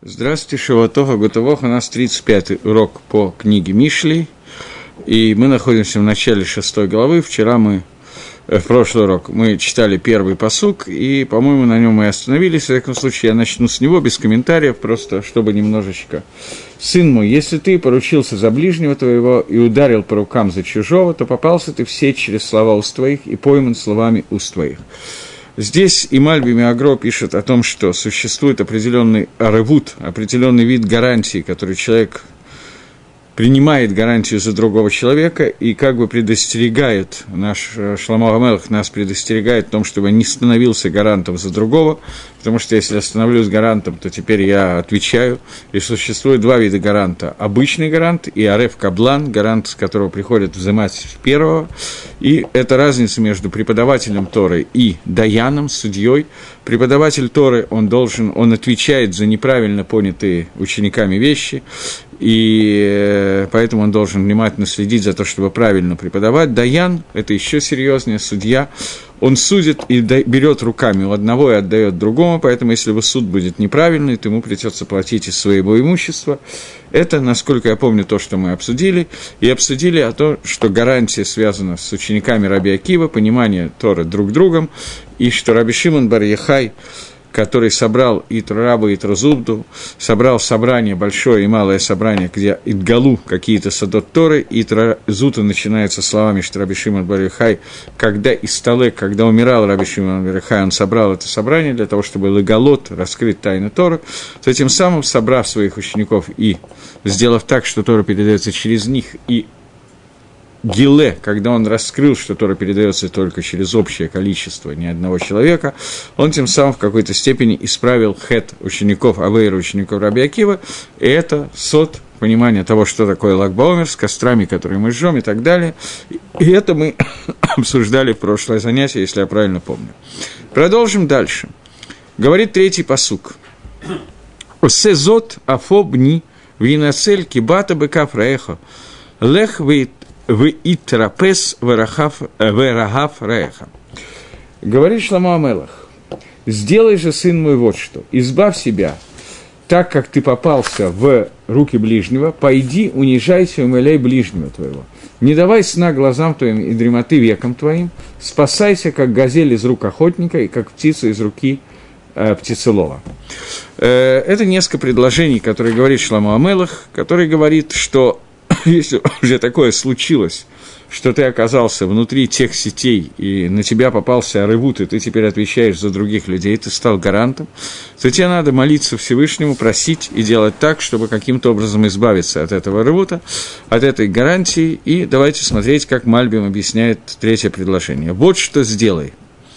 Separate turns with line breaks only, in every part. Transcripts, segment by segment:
Здравствуйте, Шавуатов, Гутовох. У нас 35-й урок по книге Мишлей, и мы находимся в начале 6 главы. В прошлый урок мы читали первый пасук, и, по-моему, на нем мы остановились. В всяком случае, я начну с него, без комментариев, просто чтобы немножечко. «Сын мой, если ты поручился за ближнего твоего и ударил по рукам за чужого, то попался ты в сеть через слова уст твоих и пойман словами уст твоих». Здесь и Мальбим, и Агро пишут о том, что существует определенный аревут, определенный вид гарантии, который человек принимает гарантию за другого человека и как бы предостерегает, наш Шломо га-Мелех нас предостерегает в том, чтобы не становился гарантом за другого, потому что если я становлюсь гарантом, то теперь я отвечаю. И существует два вида гаранта. Обычный гарант и ареф каблан, гарант, с которого приходят взимать первого. И это разница между преподавателем Торы и даяном, судьей. Преподаватель Торы, он отвечает за неправильно понятые учениками вещи, и поэтому он должен внимательно следить за то, чтобы правильно преподавать. Даян – это еще серьезнее, судья. Он судит и берет руками у одного и отдает другому, поэтому если суд будет неправильный, то ему придется платить из своего имущества. Это, насколько я помню, то, что мы обсудили. И обсудили о том, что гарантия связана с учениками Раби Акива, понимание Торы друг другом, и что Раби Шимон бар Йохай, который собрал Итро Раба и Итро Зубду, собрал собрание, большое и малое собрание, где Идгалу какие-то садот Торы, Итро Зубду начинается словами, что Раби Шимон бар Йохай, когда умирал Раби Шимон бар Йохай, он собрал это собрание для того, чтобы Легалот, раскрыть тайну Торы, то тем самым, собрав своих учеников и сделав так, что Тора передается через них, и Гиле, когда он раскрыл, что Тора передается только через общее количество ни одного человека, он тем самым в какой-то степени исправил хет учеников Авейра, учеников Раби Акива, и это сот понимания того, что такое Lag BaOmer, с кострами, которые мы жжем и так далее. И это мы обсуждали в прошлое занятие, если я правильно помню. Продолжим дальше. Говорит третий пасук. «Осезот афобни винацель кибата бекав раэхо лех вит в итрапес верахав раеха». Говорит Шломо га-Мелех: «Сделай же, сын мой, вот что, избавь себя, так как ты попался в руки ближнего, пойди, унижайся, умыляй ближнего твоего, не давай сна глазам твоим и дремоты векам твоим, спасайся, как газель из рук охотника и как птица из руки птицелова». Это несколько предложений, которые говорит Шломо га-Мелех, который говорит, что если уже такое случилось, что ты оказался внутри тех сетей, и на тебя попался аревут, и ты теперь отвечаешь за других людей, ты стал гарантом, то тебе надо молиться Всевышнему, просить и делать так, чтобы каким-то образом избавиться от этого аревута, от этой гарантии. И давайте смотреть, как Мальбим объясняет третье предложение. Вот что сделай.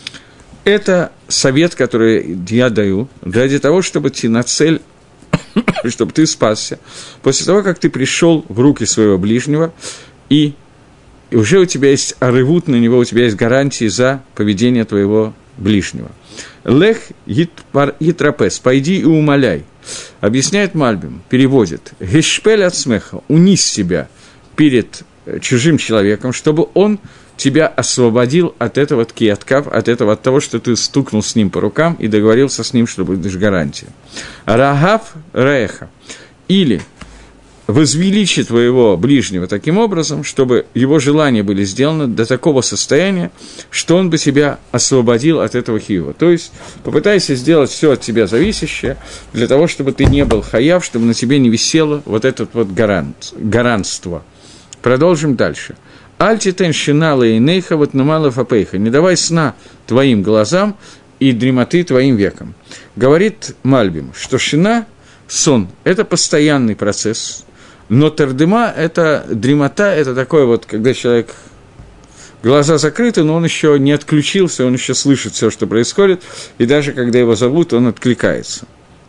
Это совет, который я даю ради того, чтобы идти на цель, чтобы ты спасся, после того, как ты пришел в руки своего ближнего, и уже у тебя есть аревут на него, у тебя есть гарантии за поведение твоего ближнего. Лех итрапес, пойди и умоляй. Объясняет Мальбим, переводит. Гешпель от смеха, унизь себя перед чужим человеком, чтобы он тебя освободил от этого ткияткав, от того, что ты стукнул с ним по рукам и договорился с ним, что будешь гарантия. Рагав реха, или возвеличи твоего ближнего таким образом, чтобы его желания были сделаны до такого состояния, что он бы тебя освободил от этого хиева. То есть попытайся сделать все от тебя зависящее, для того, чтобы ты не был хаяв, чтобы на тебе не висело вот это вот гарантство. Продолжим дальше. «Альтитен шинала и нейха вот намала фапейха». «Не давай сна твоим глазам и дремоты твоим векам». Говорит Мальбим, что шина, сон – это постоянный процесс, но тердема – это дремота, это такое вот, когда человек, глаза закрыты, но он еще не отключился, он еще слышит все, что происходит, и даже когда его зовут, он откликается,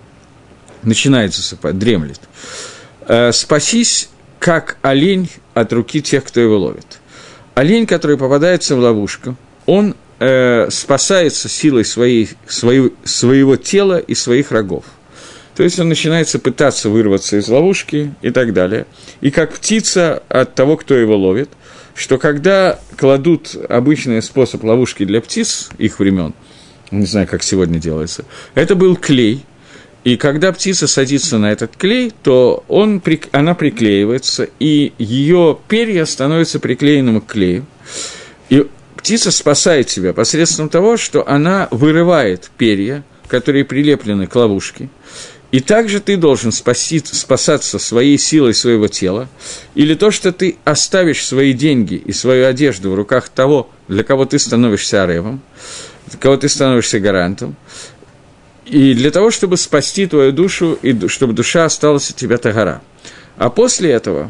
начинает засыпать, дремлет. «Спасись, как олень от руки тех, кто его ловит». Олень, который попадается в ловушку, он спасается силой своего тела и своих рогов. То есть он начинается пытаться вырваться из ловушки и так далее. И как птица от того, кто его ловит, что когда кладут обычный способ ловушки для птиц их времен, не знаю, как сегодня делается, это был клей, И когда птица садится на этот клей, то она приклеивается, и ее перья становятся приклеенным к клею. И птица спасает себя посредством того, что она вырывает перья, которые прилеплены к ловушке. И также ты должен спасаться своей силой своего тела, или то, что ты оставишь свои деньги и свою одежду в руках того, для кого ты становишься аревом, для кого ты становишься гарантом, и для того, чтобы спасти твою душу, и чтобы душа осталась от тебя тагара. А после этого,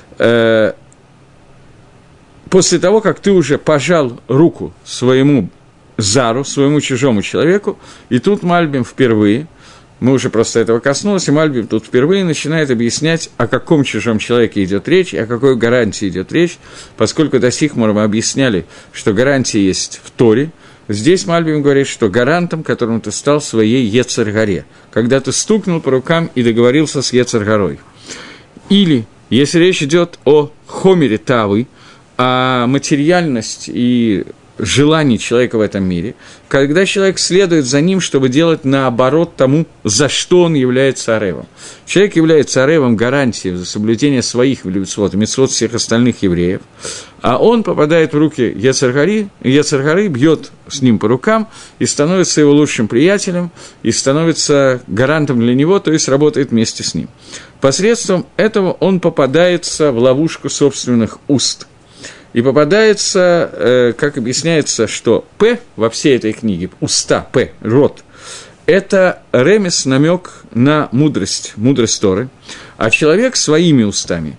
после того, как ты уже пожал руку своему зару, своему чужому человеку, и тут Мальбим впервые, мы уже просто этого коснулись, и Мальбим тут впервые начинает объяснять, о каком чужом человеке идет речь, и о какой гарантии идет речь, поскольку до сих пор мы объясняли, что гарантия есть в Торе. Здесь Мальбим говорит, что гарантом, которым ты стал своей Ецер-горе, когда ты стукнул по рукам и договорился с Ецер-горой. Или, если речь идет о хомере тавы, о материальности и желаний человека в этом мире, когда человек следует за ним, чтобы делать наоборот тому, за что он является аревом. Человек является аревом гарантией за соблюдение своих мицвот, мицвот всех остальных евреев, а он попадает в руки Ецер-горы, Ецер-горы бьет с ним по рукам и становится его лучшим приятелем, и становится гарантом для него, то есть работает вместе с ним. Посредством этого он попадается в ловушку собственных уст. И попадается, как объясняется, что «п» во всей этой книге, уста, «п», рот, это ремес, намек на мудрость Торы, а человек своими устами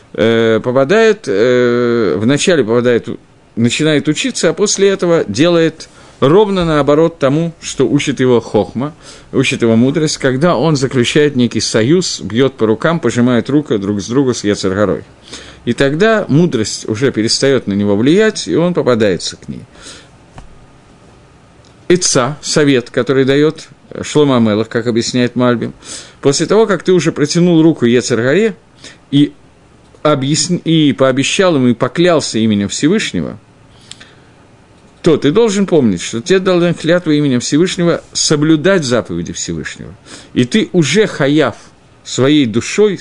начинает учиться, а после этого делает ровно наоборот тому, что учит его хохма, учит его мудрость, когда он заключает некий союз, бьет по рукам, пожимает руку друг с другом с Ецер-горой. И тогда мудрость уже перестает на него влиять, и он попадается к ней. Ица, совет, который дает Шломо ха-Мелех, как объясняет Мальбим, после того, как ты уже протянул руку Ецер-горе и пообещал ему и поклялся именем Всевышнего, то ты должен помнить, что тебе должен клятву именем Всевышнего соблюдать заповеди Всевышнего. И ты уже хаяв своей душой,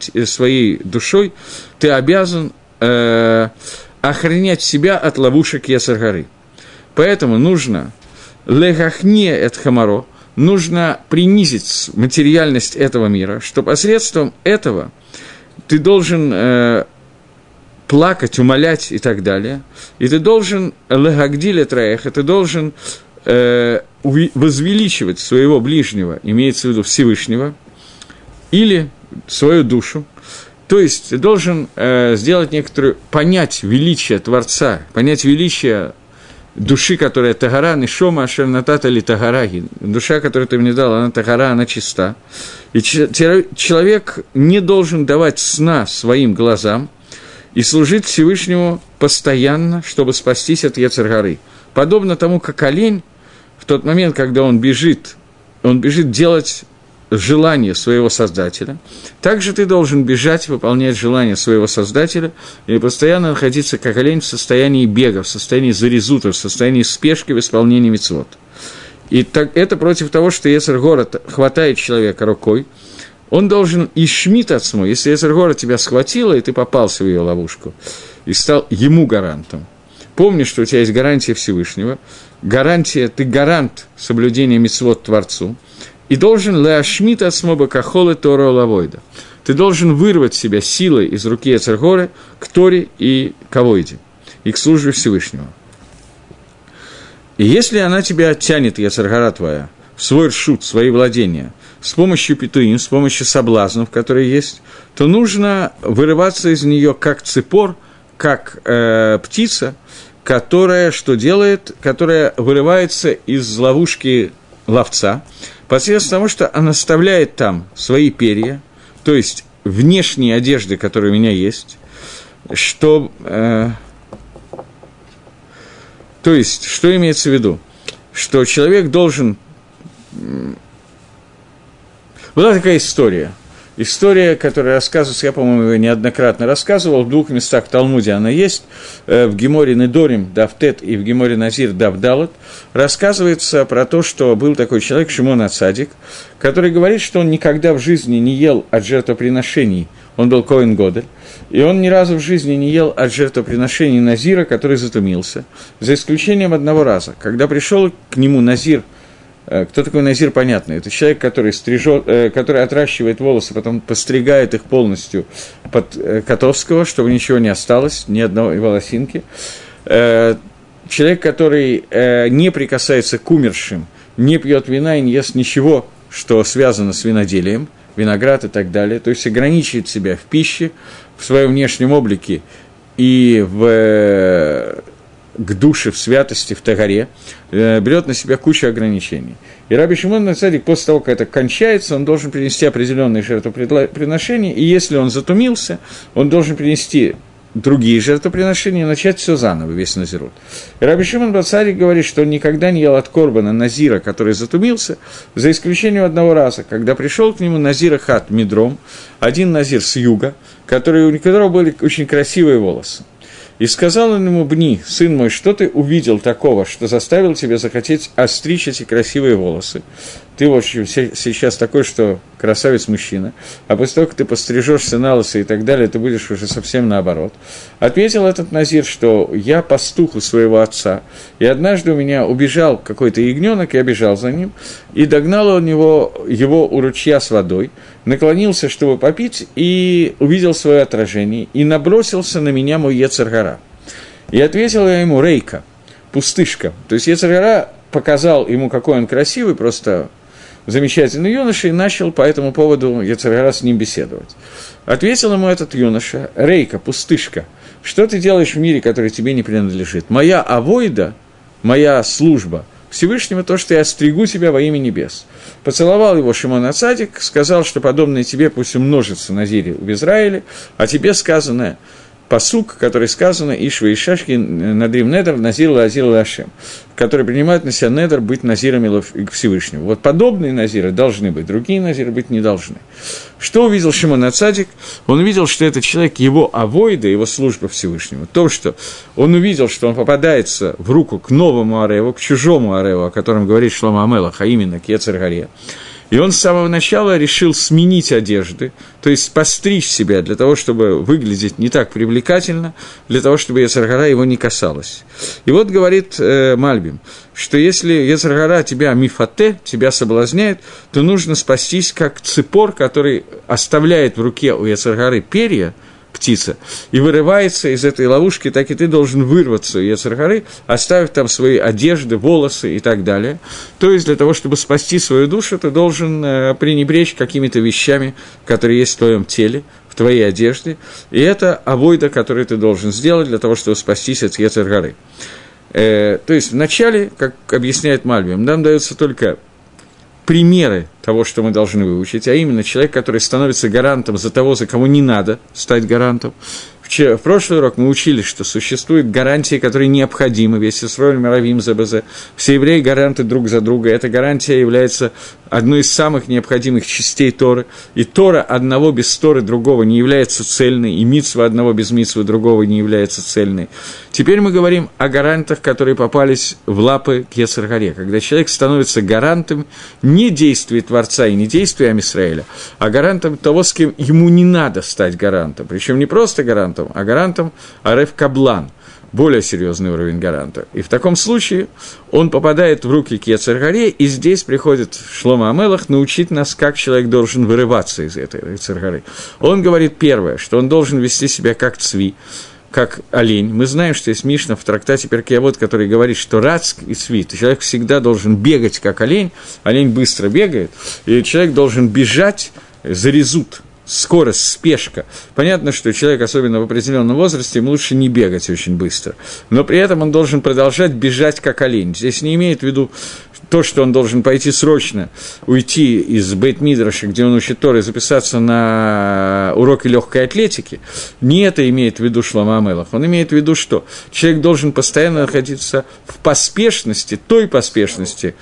ты обязан охранять себя от ловушек Ецер-горы. Поэтому нужно легахне эт хамаро, нужно принизить материальность этого мира, что посредством этого ты должен плакать, умолять и так далее, и ты должен легагдиль эт раэх, ты должен возвеличивать своего ближнего, имеется в виду Всевышнего, или свою душу, то есть ты должен понять величие Творца, понять величие души, которая тагара, нишома, ашер натата ли тагараги, душа, которую ты мне дал, она тагара, она чиста. И человек не должен давать сна своим глазам и служить Всевышнему постоянно, чтобы спастись от Ецер-горы. Подобно тому, как олень в тот момент, когда он бежит делать желание своего Создателя, также ты должен бежать, выполнять желание своего Создателя и постоянно находиться, как олень, в состоянии бега, в состоянии зарезута, в состоянии спешки в исполнении мицвот. И это против того, что Ецер-гора хватает человека рукой, он должен и шмит отсму, если Ецер-гора тебя схватила, и ты попался в ее ловушку, и стал ему гарантом. Помни, что у тебя есть гарантия Всевышнего, ты гарант соблюдения мицвот Творцу, и должен леашмит отсмоба кахолы Тора Лавойда. Ты должен вырвать себя силой из руки Ецер-горы к Торе и к Авойде, и к службе Всевышнего. И если она тебя оттянет, Ецер-гора твоя, в свой ршут, в свои владения, с помощью петуим, с помощью соблазнов, которые есть, то нужно вырываться из нее как ципор, как птица, которая что делает? Которая вырывается из ловушки ловца, посредством того, что она оставляет там свои перья, то есть внешние одежды, которые у меня есть, что... то есть, что имеется в виду? Что человек должен... Была такая история. история, которая рассказывается, я, по-моему, ее неоднократно рассказывал, в двух местах в Талмуде она есть, в Геморе Недорим, Давтет, и в Геморе Назир, Давдалат, рассказывается про то, что был такой человек, Шимон ха-Цадик, который говорит, что он никогда в жизни не ел от жертвоприношений, он был Коэн Годель, и он ни разу в жизни не ел от жертвоприношений Назира, который затумился, за исключением одного раза, когда пришел к нему Назир. Кто такой Назир, понятно, это человек, который который отращивает волосы, потом постригает их полностью под Котовского, чтобы ничего не осталось, ни одной волосинки. Человек, который не прикасается к умершим, не пьет вина и не ест ничего, что связано с виноделием, виноград и так далее, то есть ограничивает себя в пище, в своем внешнем облике и к душе, в святости, в тагаре, берет на себя кучу ограничений. И Раби Шимон ха-Цадик, после того, как это кончается, он должен принести определенные жертвоприношения, и если он затумился, он должен принести другие жертвоприношения и начать все заново, весь Назирут. И Раби Шимон ха-Цадик говорит, что он никогда не ел от корбана Назира, который затумился, за исключением одного раза, когда пришел к нему Назир хат Мидром, один Назир с юга, у которого были очень красивые волосы. И сказал он ему: «Бни, сын мой, что ты увидел такого, что заставил тебя захотеть остричь эти красивые волосы? Ты вот сейчас такой, что красавец-мужчина, а после того, как ты пострижешься на лысо и так далее, ты будешь уже совсем наоборот». Ответил этот Назир, что я пастух у своего отца, и однажды у меня убежал какой-то ягненок, я бежал за ним, и догнал он его у ручья с водой, наклонился, чтобы попить, и увидел свое отражение, и набросился на меня мой Йецер гара. И ответил я ему: «Рейка, пустышка». То есть Йецер гара показал ему, какой он красивый, просто замечательный юноша, и начал по этому поводу Йецер гара с ним беседовать. Ответил ему этот юноша: «Рейка, пустышка, что ты делаешь в мире, который тебе не принадлежит? Моя авойда, моя служба Всевышнему то, что я стригу тебя во имя небес». Поцеловал его Шимон ха-Цадик, сказал, что подобное тебе пусть умножится на Назире в Израиле, а тебе сказано пасук, который сказано «Ишва и Шашки надрим недер назир лазир лашем», который принимает на себя недер быть назирами к Всевышнему. Вот подобные назиры должны быть, другие назиры быть не должны. Что увидел Шимон ха-Цадик? Он увидел, что этот человек, его авойда, его служба Всевышнему, то, что он увидел, что он попадается в руку к новому ареву, к чужому ареву, о котором говорит Шломо ха-Мелех, а именно к Йецер гаре. И он с самого начала решил сменить одежды, то есть постричь себя для того, чтобы выглядеть не так привлекательно, для того, чтобы Йецер гара его не касалась. И вот говорит Мальбим, что если Йецер гара тебя мифате, тебя соблазняет, то нужно спастись как ципор, который оставляет в руке у Йецер гары перья, птица, и вырывается из этой ловушки, так и ты должен вырваться из Йецер гары, оставив там свои одежды, волосы и так далее. То есть для того, чтобы спасти свою душу, ты должен пренебречь какими-то вещами, которые есть в твоем теле, в твоей одежде, и это авойда, которую ты должен сделать для того, чтобы спастись от Йецер гары. То есть вначале, как объясняет Мальбим, нам даются только примеры того, что мы должны выучить, а именно человек, который становится гарантом за того, за кого не надо стать гарантом. В прошлый урок мы учили, что существуют гарантии, которые необходимы, весь Исроэль Миравим ЗБЗ, все евреи гаранты друг за друга, эта гарантия является одной из самых необходимых частей Торы, и Тора одного без Торы другого не является цельной, и мицва одного без мицвы другого не является цельной. Теперь мы говорим о гарантах, которые попались в лапы к Йецер гаре, когда человек становится гарантом не действий Творца и не действий Ам Исраэля, а гарантом того, с кем ему не надо стать гарантом, причем не просто гарантом, а гарантом Ареф Каблан, более серьезный уровень гаранта. И в таком случае он попадает в руки к Йецер гаре, и здесь приходит Шломо ха-Мелех научить нас, как человек должен вырываться из этой Йецер гары. Он говорит первое, что он должен вести себя как цви, как олень. Мы знаем, что есть Мишна в трактате Перкей Авот, который говорит, что рацк и цви, человек всегда должен бегать как олень быстро бегает, и человек должен бежать зарезут, скорость, спешка. Понятно, что человек, особенно в определенном возрасте, ему лучше не бегать очень быстро. Но при этом он должен продолжать бежать как олень. Здесь не имеет в виду то, что он должен пойти срочно, уйти из Бейт-Мидраша, где он учит Тору, и записаться на уроки легкой атлетики. Не это имеет в виду Шломо ха-Мелех. Он имеет в виду, что человек должен постоянно находиться в поспешности, той поспешности,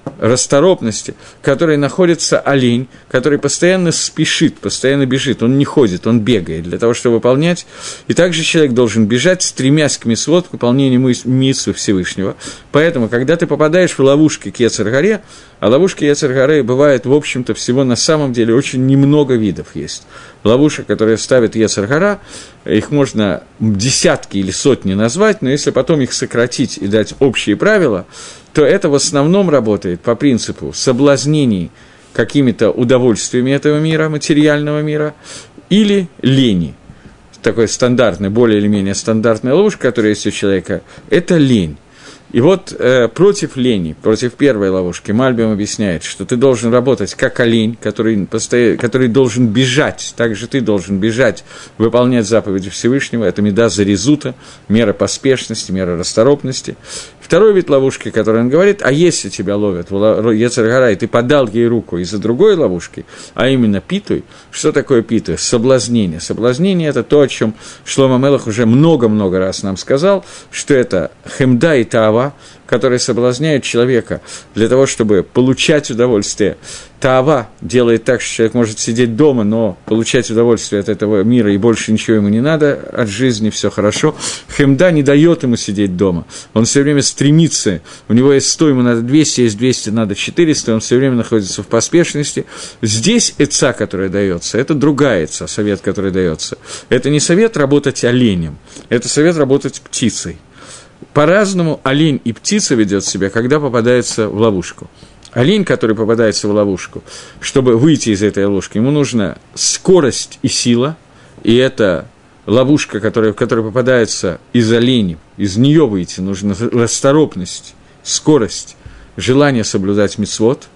расторопности, в которой находится олень, который постоянно спешит, постоянно бежит, он не ходит, он бегает для того, чтобы выполнять. И также человек должен бежать, стремясь к мицвот, к выполнению мицвы Всевышнего. Поэтому, когда ты попадаешь в ловушки к Йецер-Гаре, а ловушки Йецер-Гаре бывает, в общем-то, всего на самом деле очень немного видов есть. Ловушек, которые ставит Йецер-Гара, их можно десятки или сотни назвать, но если потом их сократить и дать общие правила, то это в основном работает по принципу соблазнений какими-то удовольствиями этого мира, материального мира, или лени. Такой стандартный, более или менее стандартная ловушка, которая есть у человека, это лень. И вот против лени, против первой ловушки Мальбим объясняет, что ты должен работать как олень, который должен бежать, также ты должен бежать, выполнять заповеди Всевышнего, это мида зарезута, мера поспешности, мера расторопности. Второй вид ловушки, который он говорит, а если тебя ловят Йецер-Гара, и ты подал ей руку из-за другой ловушки, а именно питуй, что такое питуй? Соблазнение. Соблазнение – это то, о чем Шломо Мелех уже много-много раз нам сказал, что это хемда и таава, которые соблазняют человека для того, чтобы получать удовольствие. Таава делает так, что человек может сидеть дома, но получать удовольствие от этого мира, и больше ничего ему не надо, от жизни все хорошо. Хемда не дает ему сидеть дома. Он все время стремится, у него есть 100, ему надо 200, есть 200, надо 400, он все время находится в поспешности. Здесь эца, которая дается, это другая эца, совет, который дается. Это не совет работать оленем, это совет работать птицей. По-разному олень и птица ведет себя, когда попадается в ловушку. Олень, который попадается в ловушку, чтобы выйти из этой ловушки, ему нужна скорость и сила, и это ловушка, в которой попадается из оленей, из нее выйти нужна расторопность, скорость, желание соблюдать мицвот.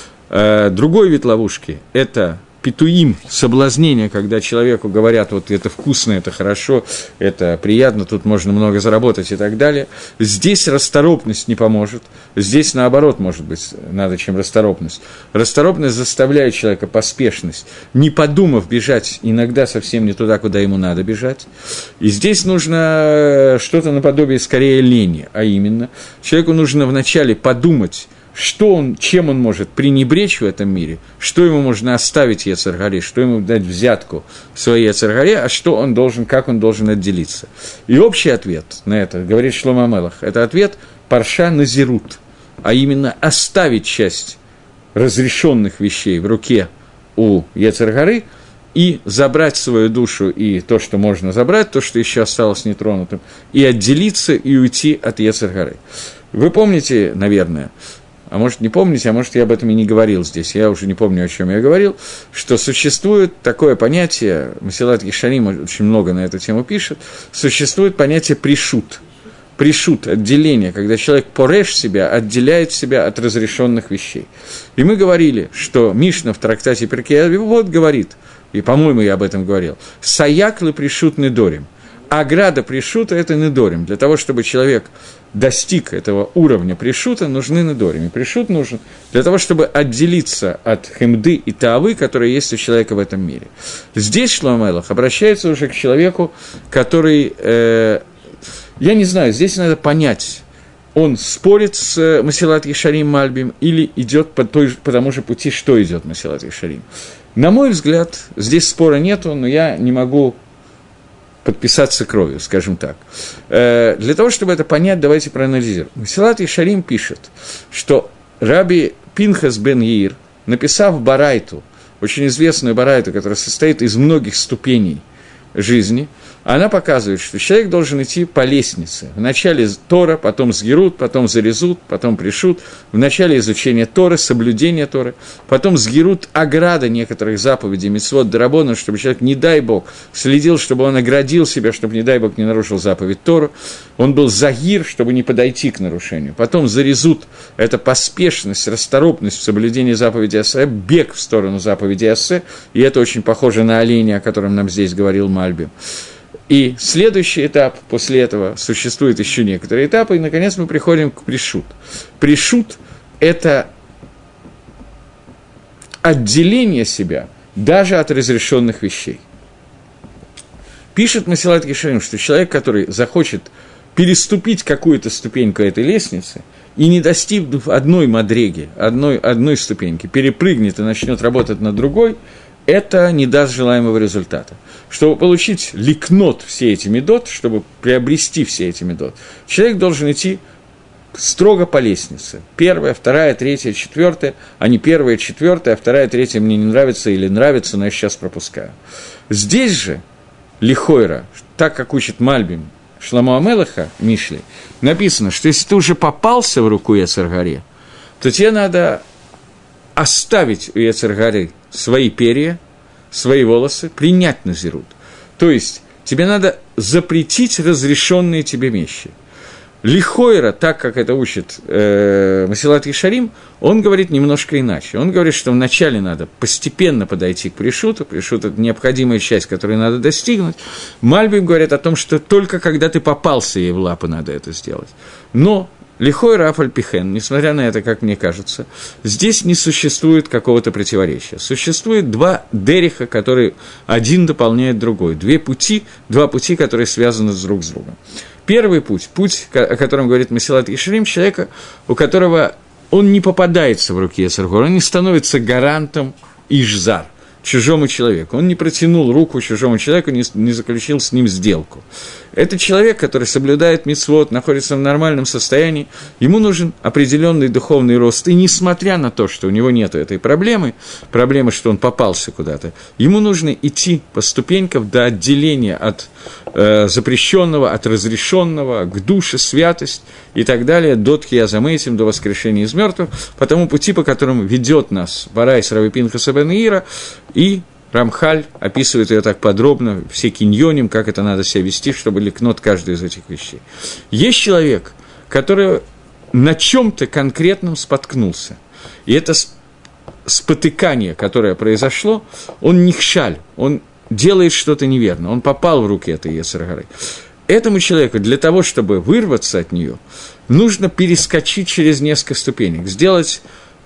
Другой вид ловушки – это питуим, соблазнение, когда человеку говорят, вот это вкусно, это хорошо, это приятно, тут можно много заработать и так далее. Здесь расторопность не поможет, здесь наоборот, может быть, надо, чем расторопность. Расторопность заставляет человека поспешность, не подумав бежать, иногда совсем не туда, куда ему надо бежать. И здесь нужно что-то наподобие скорее лени, а именно, человеку нужно вначале подумать, чем он может пренебречь в этом мире, что ему можно оставить Йецер-Гаре, что ему дать взятку в своей Йецер-Гаре, а что он должен, как он должен отделиться. И общий ответ на это, говорит Шломо Мелех, это ответ парша назирут, а именно оставить часть разрешенных вещей в руке у Йецер-Гары и забрать свою душу и то, что можно забрать, то, что еще осталось нетронутым, и отделиться и уйти от Йецер-Гары. Вы помните, наверное, а может, не помните, а может, я об этом и не говорил здесь, я уже не помню, о чем я говорил, что существует такое понятие, Месилат Ешарим очень много на эту тему пишет, существует понятие пришут. Пришут, отделение, когда человек пореш себя, отделяет себя от разрешенных вещей. И мы говорили, что Мишна в трактате Перкей Авот говорит, и, по-моему, я об этом говорил, «Саяклы пришут недорим». Ограда пришута – это недорим. Для того, чтобы человек достиг этого уровня пришута, нужны недорим. И пришут нужен для того, чтобы отделиться от хемды и таавы, которые есть у человека в этом мире. Здесь Шломо Мелех обращается уже к человеку, который, я не знаю, здесь надо понять, он спорит с Месилат Ешарим Мальбим или идет по тому же пути, что идет Месилат Ешарим. На мой взгляд, здесь спора нету, но я не могу подписаться кровью, скажем так. Для того, чтобы это понять, давайте проанализируем. Месилат Ешарим пишет, что Раби Пинхас бен Яир, написав Барайту, очень известную Барайту, которая состоит из многих ступеней жизни, она показывает, что человек должен идти по лестнице. Вначале Тора, потом Сгирут, потом Зарезут, потом Пришут. Вначале изучение Торы, соблюдение Торы, потом Сгирут, ограда некоторых заповедей, мицвот, дарабона, чтобы человек, не дай Бог, следил, чтобы он оградил себя, чтобы, не дай Бог, не нарушил заповедь Тору. Он был Загир, чтобы не подойти к нарушению. Потом Зарезут – это поспешность, расторопность в соблюдении заповеди Ассе, бег в сторону заповеди Ассе, и это очень похоже на оленя, о котором нам здесь говорил Мальбим. И следующий этап, после этого существуют еще некоторые этапы, и, наконец, мы приходим к пришут. Пришут – это отделение себя даже от разрешенных вещей. Пишет Месилат Ешарим, что человек, который захочет переступить какую-то ступеньку этой лестницы, и, не достигнув одной мадреги, одной ступеньки, перепрыгнет и начнет работать на другой, это не даст желаемого результата. Чтобы получить ликнот все эти медот, чтобы приобрести все эти медот, человек должен идти строго по лестнице. Первая, вторая, третья, четвертая, а не первая, четвертая, а вторая, третья мне не нравится или нравится, но я сейчас пропускаю. Здесь же, лихойра, так как учит Мальбим, Шломо ха-Мелеха, Мишли, написано, что если ты уже попался в руку Йецер Гаре, то тебе надо оставить у Йецер Гары свои перья, свои волосы, принять назирут. То есть тебе надо запретить разрешенные тебе вещи. Лихойра, так как это учит Масилат Ешарим, он говорит немножко иначе. Он говорит, что вначале надо постепенно подойти к пришуту. Пришут – это необходимая часть, которую надо достигнуть. Мальбим говорит о том, что только когда ты попался ей в лапы, надо это сделать. Но лихойра афальпихен, несмотря на это, как мне кажется, здесь не существует какого-то противоречия. Существует два дериха, которые один дополняет другой. Два пути, которые связаны друг с другом. Первый путь, о котором говорит Масилат Ешарим, человека, у которого он не попадается в руки Йецер Гара, он не становится гарантом ишзар, чужому человеку. Он не протянул руку чужому человеку, не заключил с ним сделку. Это человек, который соблюдает мицвот, находится в нормальном состоянии, ему нужен определенный духовный рост. И несмотря на то, что у него нет этой проблемы, что он попался куда-то, ему нужно идти по ступенькам до отделения от запрещенного, от разрешенного, к душе, святость и так далее, до тхиязамейтим, до воскрешения из мертвых, по тому пути, по которому ведет нас Барайс Рави Пинхаса бен Ира, и Рамхаль описывает ее так подробно, все киньоним, как это надо себя вести, чтобы ликнот каждую из этих вещей. Есть человек, который на чем-то конкретном споткнулся, и это спотыкание, которое произошло, он нихшаль, он делает что-то неверно, он попал в руки этой Йецер Гары. Этому человеку для того, чтобы вырваться от нее, нужно перескочить через несколько ступенек, сделать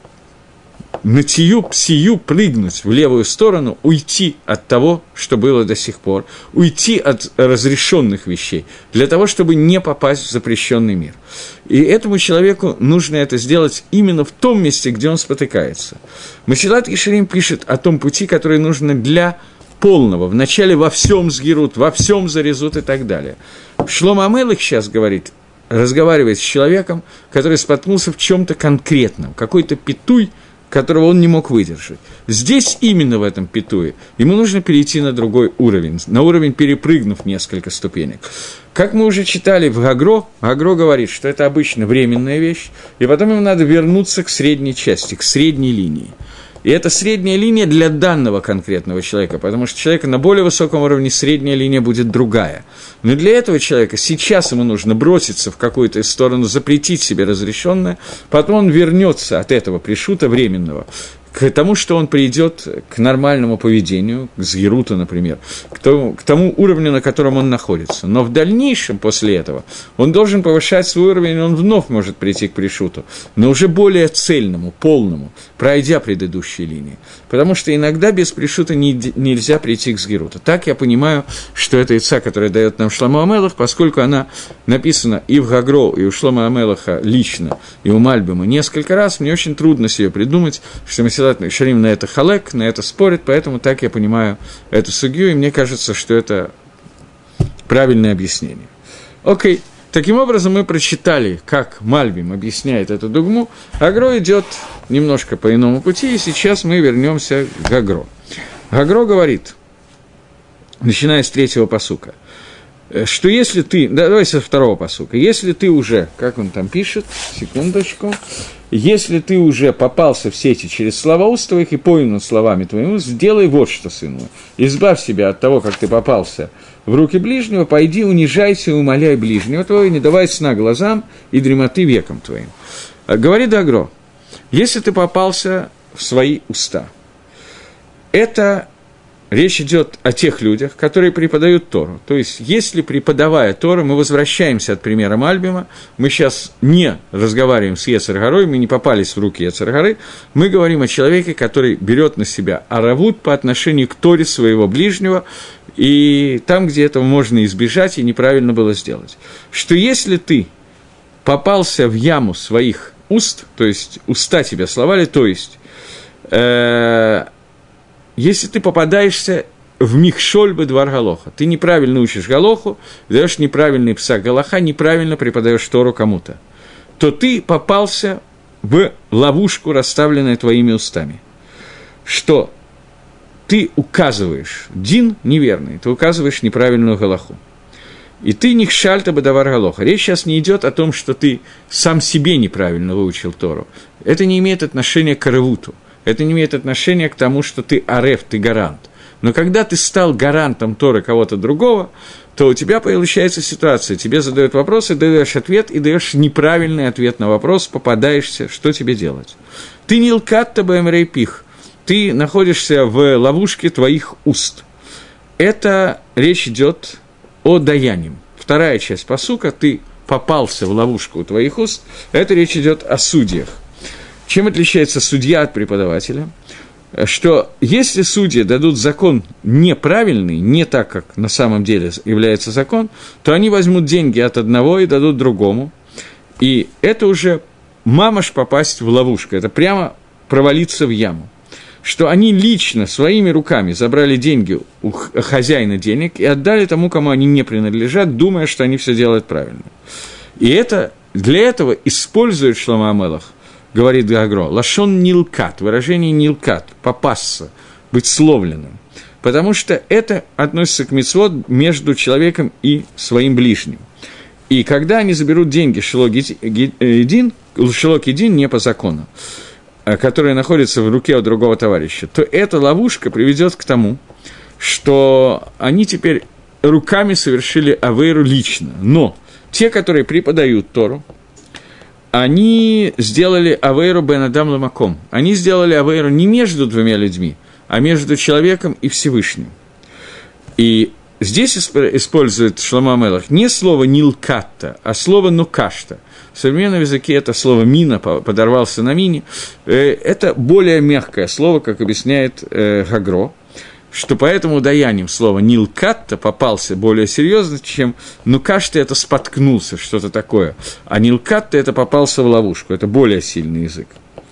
натию, псию, прыгнуть в левую сторону, уйти от того, что было до сих пор, уйти от разрешенных вещей, для того, чтобы не попасть в запрещенный мир. И этому человеку нужно это сделать именно в том месте, где он спотыкается. Масилат Ешарим пишет о том пути, который нужно для полного, вначале во всем сгирут, во всем зарезут и так далее. Шломо ха-Мелех сейчас говорит, разговаривает с человеком, который споткнулся в чем-то конкретном, какой-то питуй, которого он не мог выдержать. Здесь, именно в этом питуе, ему нужно перейти на другой уровень, на уровень, перепрыгнув несколько ступенек. Как мы уже читали в Гагро, Гагро говорит, что это обычно временная вещь, и потом ему надо вернуться к средней части, к средней линии. И это средняя линия для данного конкретного человека, потому что человека на более высоком уровне средняя линия будет другая. Но для этого человека сейчас ему нужно броситься в какую-то сторону, запретить себе разрешенное, потом он вернется от этого пришута временного к тому, что он придет к нормальному поведению, к згируту, например, к тому уровню, на котором он находится. Но в дальнейшем, после этого, он должен повышать свой уровень, и он вновь может прийти к пришуту, но уже более цельному, полному, пройдя предыдущие линии. Потому что иногда без пришута нельзя прийти к згируту. Так я понимаю, что это яйца, которое дает нам Шломо ха-Мелех, поскольку она написана и в Гагро, и у Шломо ха-Мелеха лично, и у Мальбима несколько раз, мне очень трудно себе придумать, что Масилат Ешарим на это халек, на это спорит, поэтому так я понимаю эту сугью, и мне кажется, что это правильное объяснение. Окей. Таким образом, мы прочитали, как Мальбим объясняет эту дугму. Гагро идет немножко по иному пути, и сейчас мы вернемся к Гагро. Гагро говорит, начиная с 3-го пасука, что если ты, давай со 2-го пасука, если ты уже, как он там пишет, секундочку, если ты уже попался в сети через слова уст твоих и пойман словами твоими, сделай вот что, сын мой, избавь себя от того, как ты попался в руки ближнего, пойди, унижайся и умоляй ближнего твоего, и не давай сна глазам и дремоты векам твоим. Говорит Гагро, если ты попался в свои уста, это речь идет о тех людях, которые преподают Тору. То есть, если преподавая Тору, мы возвращаемся от примера Мальбима, мы сейчас не разговариваем с Йецер Гарой, мы не попались в руки Йецер Гары, мы говорим о человеке, который берет на себя аравут по отношению к Торе своего ближнего, и там, где этого можно избежать и неправильно было сделать. Что если ты попался в яму своих уст, то есть уста тебя словали, то есть если ты попадаешься в михшоль бедвар галоха, ты неправильно учишь галоху, даешь неправильный псак галаха, неправильно преподаешь Тору кому-то, то ты попался в ловушку, расставленную твоими устами. Что ты указываешь дин неверный, ты указываешь неправильную галаху. И ты нихшальта бедавар галоха. Речь сейчас не идет о том, что ты сам себе неправильно выучил Тору. Это не имеет отношения к аревуту. Это не имеет отношения к тому, что ты арев, ты гарант. Но когда ты стал гарантом Торы кого-то другого, то у тебя получается ситуация. Тебе задают вопрос, и даешь ответ, и даешь неправильный ответ на вопрос, попадаешься, что тебе делать. Ты не лкатта бэмрей пих. Ты находишься в ловушке твоих уст. Это речь идет о даянии. Вторая часть пасука, ты попался в ловушку твоих уст, это речь идет о судьях. Чем отличается судья от преподавателя? Что если судьи дадут закон неправильный, не так, как на самом деле является закон, то они возьмут деньги от одного и дадут другому. И это уже мамаш попасть в ловушку, это прямо провалиться в яму. Что они лично, своими руками забрали деньги у хозяина денег и отдали тому, кому они не принадлежат, думая, что они все делают правильно. И это, для этого использует Шломо ха-Мелех, говорит Гагро, лашон нилкат, выражение нилкат, попасться, быть словленным. Потому что это относится к мицвот между человеком и своим ближним. И когда они заберут деньги шелок един не по закону, которые находятся в руке у другого товарища, то эта ловушка приведет к тому, что они теперь руками совершили авейру лично. Но те, которые преподают Тору, они сделали авейру бен адам ламаком. Они сделали авейру не между двумя людьми, а между человеком и Всевышним. И здесь использует Шломо ха-Мелех не слово «нилкатта», а слово «нукашта». В современном языке это слово «мина», подорвался на мине. Это более мягкое слово, как объясняет Гагро, что поэтому даянием слово «нилкатта» попался более серьезно, чем «нукашта» – это споткнулся, что-то такое, а «нилкатта» – это попался в ловушку, это более сильный язык.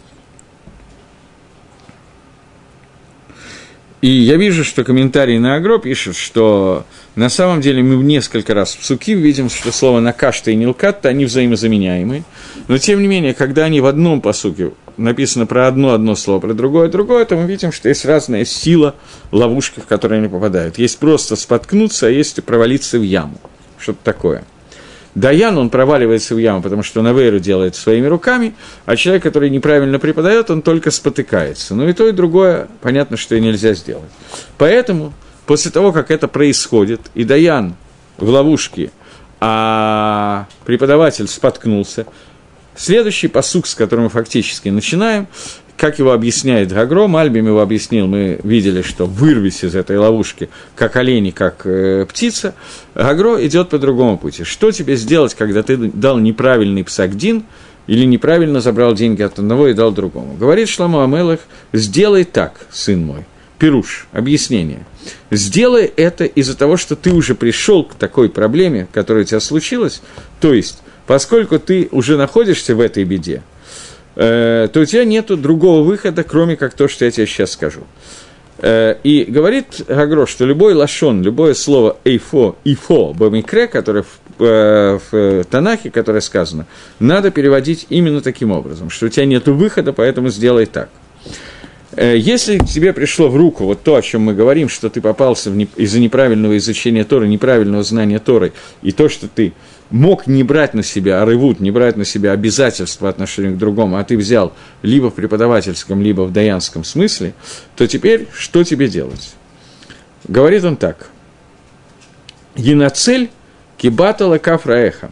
И я вижу, что комментарии на Агро пишут, что на самом деле мы несколько раз в псуки видим, что слово «накашта» и «нилкатта» они взаимозаменяемые. Но, тем не менее, когда они в одном пасуке написано про одно слово, про другое, то мы видим, что есть разная сила ловушки, в которые они попадают. Есть просто споткнуться, а есть провалиться в яму. Что-то такое. Даян, он проваливается в яму, потому что он авейру делает своими руками, а человек, который неправильно преподает, он только спотыкается. Но и то, и другое, понятно, что и нельзя сделать. Поэтому, после того, как это происходит, и даян в ловушке, а преподаватель споткнулся, следующий пасук, с которым мы фактически начинаем, как его объясняет Гагро, Мальбим его объяснил, мы видели, что вырвись из этой ловушки, как олень, как птица, Гагро идет по другому пути. Что тебе сделать, когда ты дал неправильный псак-дин или неправильно забрал деньги от одного и дал другому? Говорит Шломо ха-Мелех, сделай так, сын мой, пируш, объяснение. Сделай это из-за того, что ты уже пришел к такой проблеме, которая у тебя случилась, то есть, поскольку ты уже находишься в этой беде, то у тебя нет другого выхода, кроме как то, что я тебе сейчас скажу. И говорит Гагро, что любой лашон, любое слово «эйфо», «ифо», «бамикре», которое в Танахе, которое сказано, надо переводить именно таким образом, что у тебя нет выхода, поэтому сделай так. Если тебе пришло в руку вот то, о чем мы говорим, что ты попался из-за неправильного изучения Торы, неправильного знания Торы, и то, что ты мог не брать на себя аревут, не брать на себя обязательства по отношению к другому, а ты взял либо в преподавательском, либо в даянском смысле, то теперь что тебе делать? Говорит он так. «Енацель кибата лакаф раэха».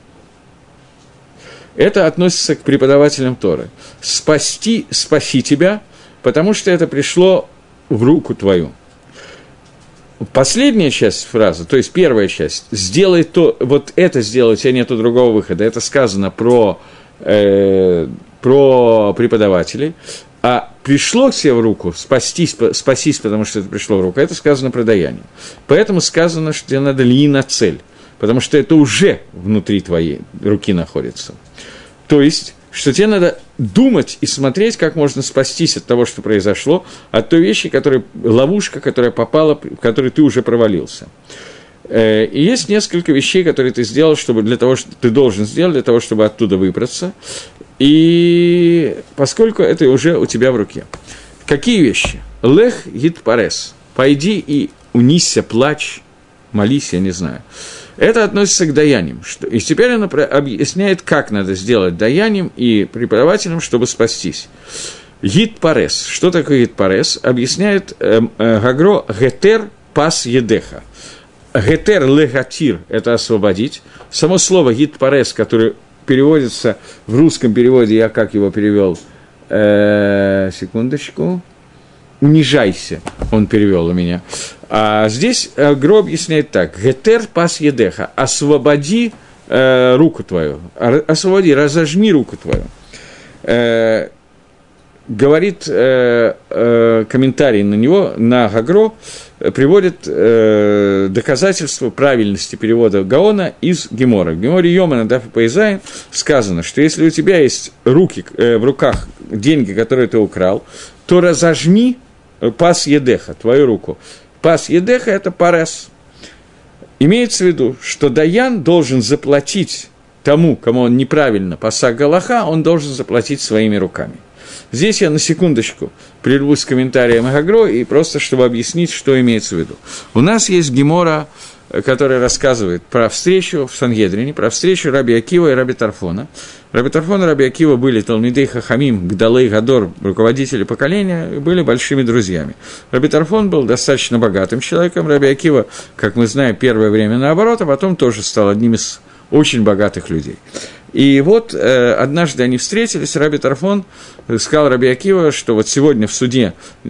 Это относится к преподавателям Торы. «Спаси тебя, потому что это пришло в руку твою». Последняя часть фразы, то есть первая часть, сделай то, вот это сделай, у тебя нет другого выхода, это сказано про преподавателей, а пришло к тебе в руку, спасись, потому что это пришло в руку, это сказано про даяние. Поэтому сказано, что тебе надо ли на цель, потому что это уже внутри твоей руки находится. То есть, что тебе надо думать и смотреть, как можно спастись от того, что произошло, от той вещи, ловушка, которая попала, в которой ты уже провалился. И есть несколько вещей, которые ты сделал, для того, что ты должен сделать, для того, чтобы оттуда выбраться. И поскольку это уже у тебя в руке. Какие вещи? Лех гитпарес. Пойди и унисься, плачь, молись, я не знаю. Это относится к даяним. И теперь она объясняет, как надо сделать даяним и преподавателям, чтобы спастись. Гитпарес. Что такое гитпарес? Объясняет Гагро гетер пас едеха. Гетер легатир – это освободить. Само слово гитпарес, которое переводится в русском переводе, я как его перевел? Секундочку. «Унижайся», он перевел у меня. А здесь Гро объясняет так. «Гетер пас едеха» – «освободи руку твою», «освободи, разожми руку твою». Говорит комментарий на него, на Гагро, приводит доказательство правильности перевода Гаона из Гемора. В Геморе Йомана Даф Пейзайн сказано, что если у тебя есть в руках деньги, которые ты украл, то разожми пас едеха, твою руку. Пас едеха – это парес. Имеется в виду, что даян должен заплатить тому, кому он неправильно пасак галаха, он должен заплатить своими руками. Здесь я на секундочку прервусь с комментарием Гагро, и просто чтобы объяснить, что имеется в виду. У нас есть гемора, которая рассказывает про встречу в Сангедрине, про встречу Раби Акива и Раби Тарфона. Раби Тарфон и Раби Акива были Талмидей Хахамим, Гдалей Гадор, руководители поколения, и были большими друзьями. Раби Тарфон был достаточно богатым человеком, Раби Акива, как мы знаем, первое время наоборот, а потом тоже стал одним из очень богатых людей. И вот однажды они встретились, Раби Тарфон сказал Раби Акива, что вот сегодня в суде,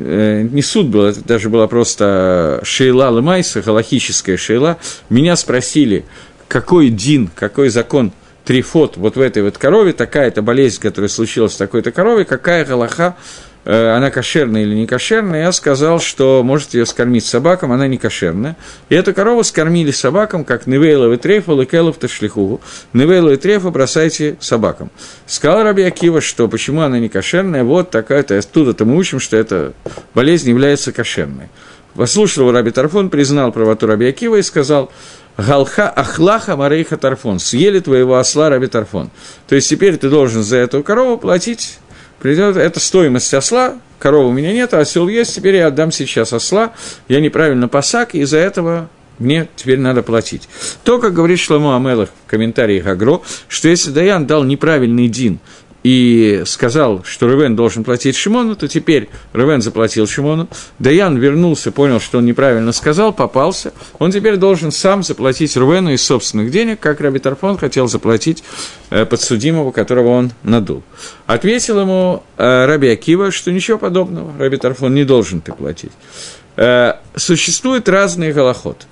не суд был, это даже была просто шейла лемайса, галахическая шейла, меня спросили, какой дин, какой закон трифот вот в этой вот корове, такая-то болезнь, которая случилась с такой-то коровой, какая галаха, она кошерная или не кошерная, я сказал, что может ее скормить собакам, она не кошерная. И эту корову скормили собакам, как невейлов и трефа, лекелов ташлихугу. Невейлов и трефа бросайте собакам. Сказал Раби Акива, что почему она не кошерная, вот такая-то, оттуда-то мы учим, что эта болезнь является кошерной. Послушал Раби Тарфон, признал правоту Раби Акива и сказал: «Галха ахлаха марейха Тарфон», съели твоего осла Раби Тарфон. То есть теперь ты должен за эту корову платить. Придет, это стоимость осла, коровы у меня нет, а осел есть, теперь я отдам сейчас осла, я неправильно пасак, и из-за этого мне теперь надо платить. То, как говорит Шломо Амелах в комментарии Гагро, что если Даян дал неправильный дин и сказал, что Ревен должен платить Шимону, то теперь Ревен заплатил Шимону, Даян вернулся, понял, что он неправильно сказал, попался, он теперь должен сам заплатить Ревену из собственных денег, как Раби Тарфон хотел заплатить подсудимого, которого он надул. Ответил ему Раби Акива, что ничего подобного, Раби Тарфон, не должен ты платить. Существуют разные галахот.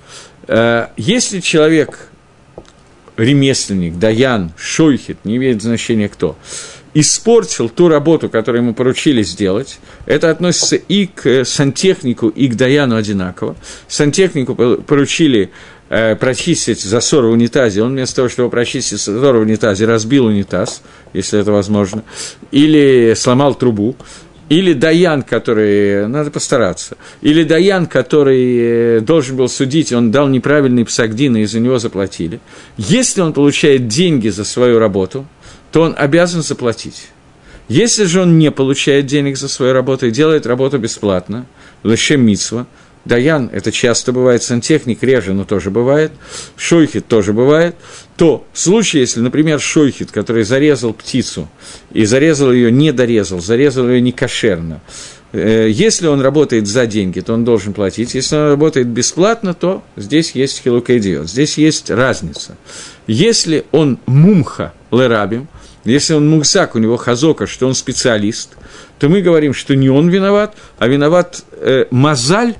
Если человек, ремесленник, даян, шойхет, не имеет значения кто, испортил ту работу, которую ему поручили сделать, это относится и к сантехнику, и к даяну одинаково. Сантехнику поручили прочистить засор в унитазе, он вместо того, чтобы прочистить засор в унитазе, разбил унитаз, если это возможно, или сломал трубу. Или даян, который, надо постараться, или даян, который должен был судить, он дал неправильный псагдин, и из-за него заплатили. Если он получает деньги за свою работу, то он обязан заплатить. Если же он не получает денег за свою работу и делает работу бесплатно, лешем мицва, даян, это часто бывает, сантехник реже, но тоже бывает, шойхет тоже бывает, то в случае, если, например, шойхет, который зарезал птицу, и зарезал ее, не дорезал, зарезал ее некошерно, если он работает за деньги, то он должен платить, если он работает бесплатно, то здесь есть хилукей диот, здесь есть разница. Если он мумха лерабим, если он муксак, у него хазока, что он специалист, то мы говорим, что не он виноват, а виноват мазаль,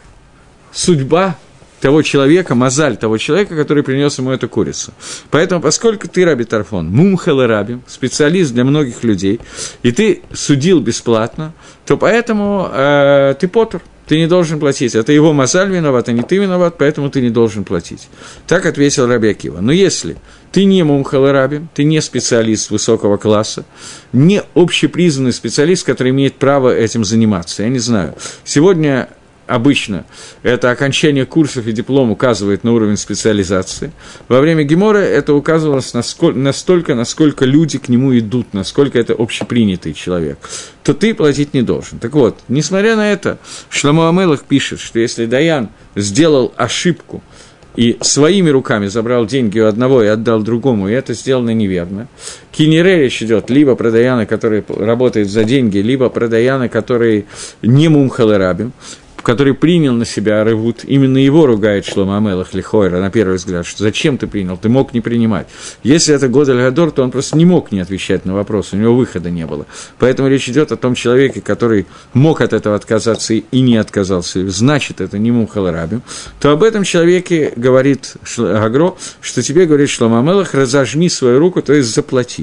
судьба того человека, мазаль того человека, который принес ему эту курицу. Поэтому, поскольку ты, Раби Тарфон, мумхел рабим, специалист для многих людей, и ты судил бесплатно, то поэтому ты потур. ты не должен платить. Это его мазаль виноват, а не ты виноват, поэтому ты не должен платить. Так ответил Раби Акива. Но если ты не мумхал раби, ты не специалист высокого класса, не общепризнанный специалист, который имеет право этим заниматься, я не знаю. Сегодня обычно это окончание курсов и диплом указывает на уровень специализации. Во время Геморы это указывалось настолько, насколько люди к нему идут, насколько это общепринятый человек, то ты платить не должен. Так вот, несмотря на это, Шломо ха-Мелех пишет, что если Даян сделал ошибку и своими руками забрал деньги у одного и отдал другому, и это сделано неверно, кинере речь идет либо про Даяна, который работает за деньги, либо про Даяна, который не мумхал рабим, который принял на себя аревут, именно его ругает Шломо ха-Мелех лихойра, на первый взгляд, что зачем ты принял, ты мог не принимать. Если это Годель Гадор, то он просто не мог не отвечать на вопрос, у него выхода не было. Поэтому речь идет о том человеке, который мог от этого отказаться и не отказался, значит, это не мумхал рабим, то об этом человеке говорит Агро, что тебе говорит Шломо ха-Мелех, разожми свою руку, то есть заплати.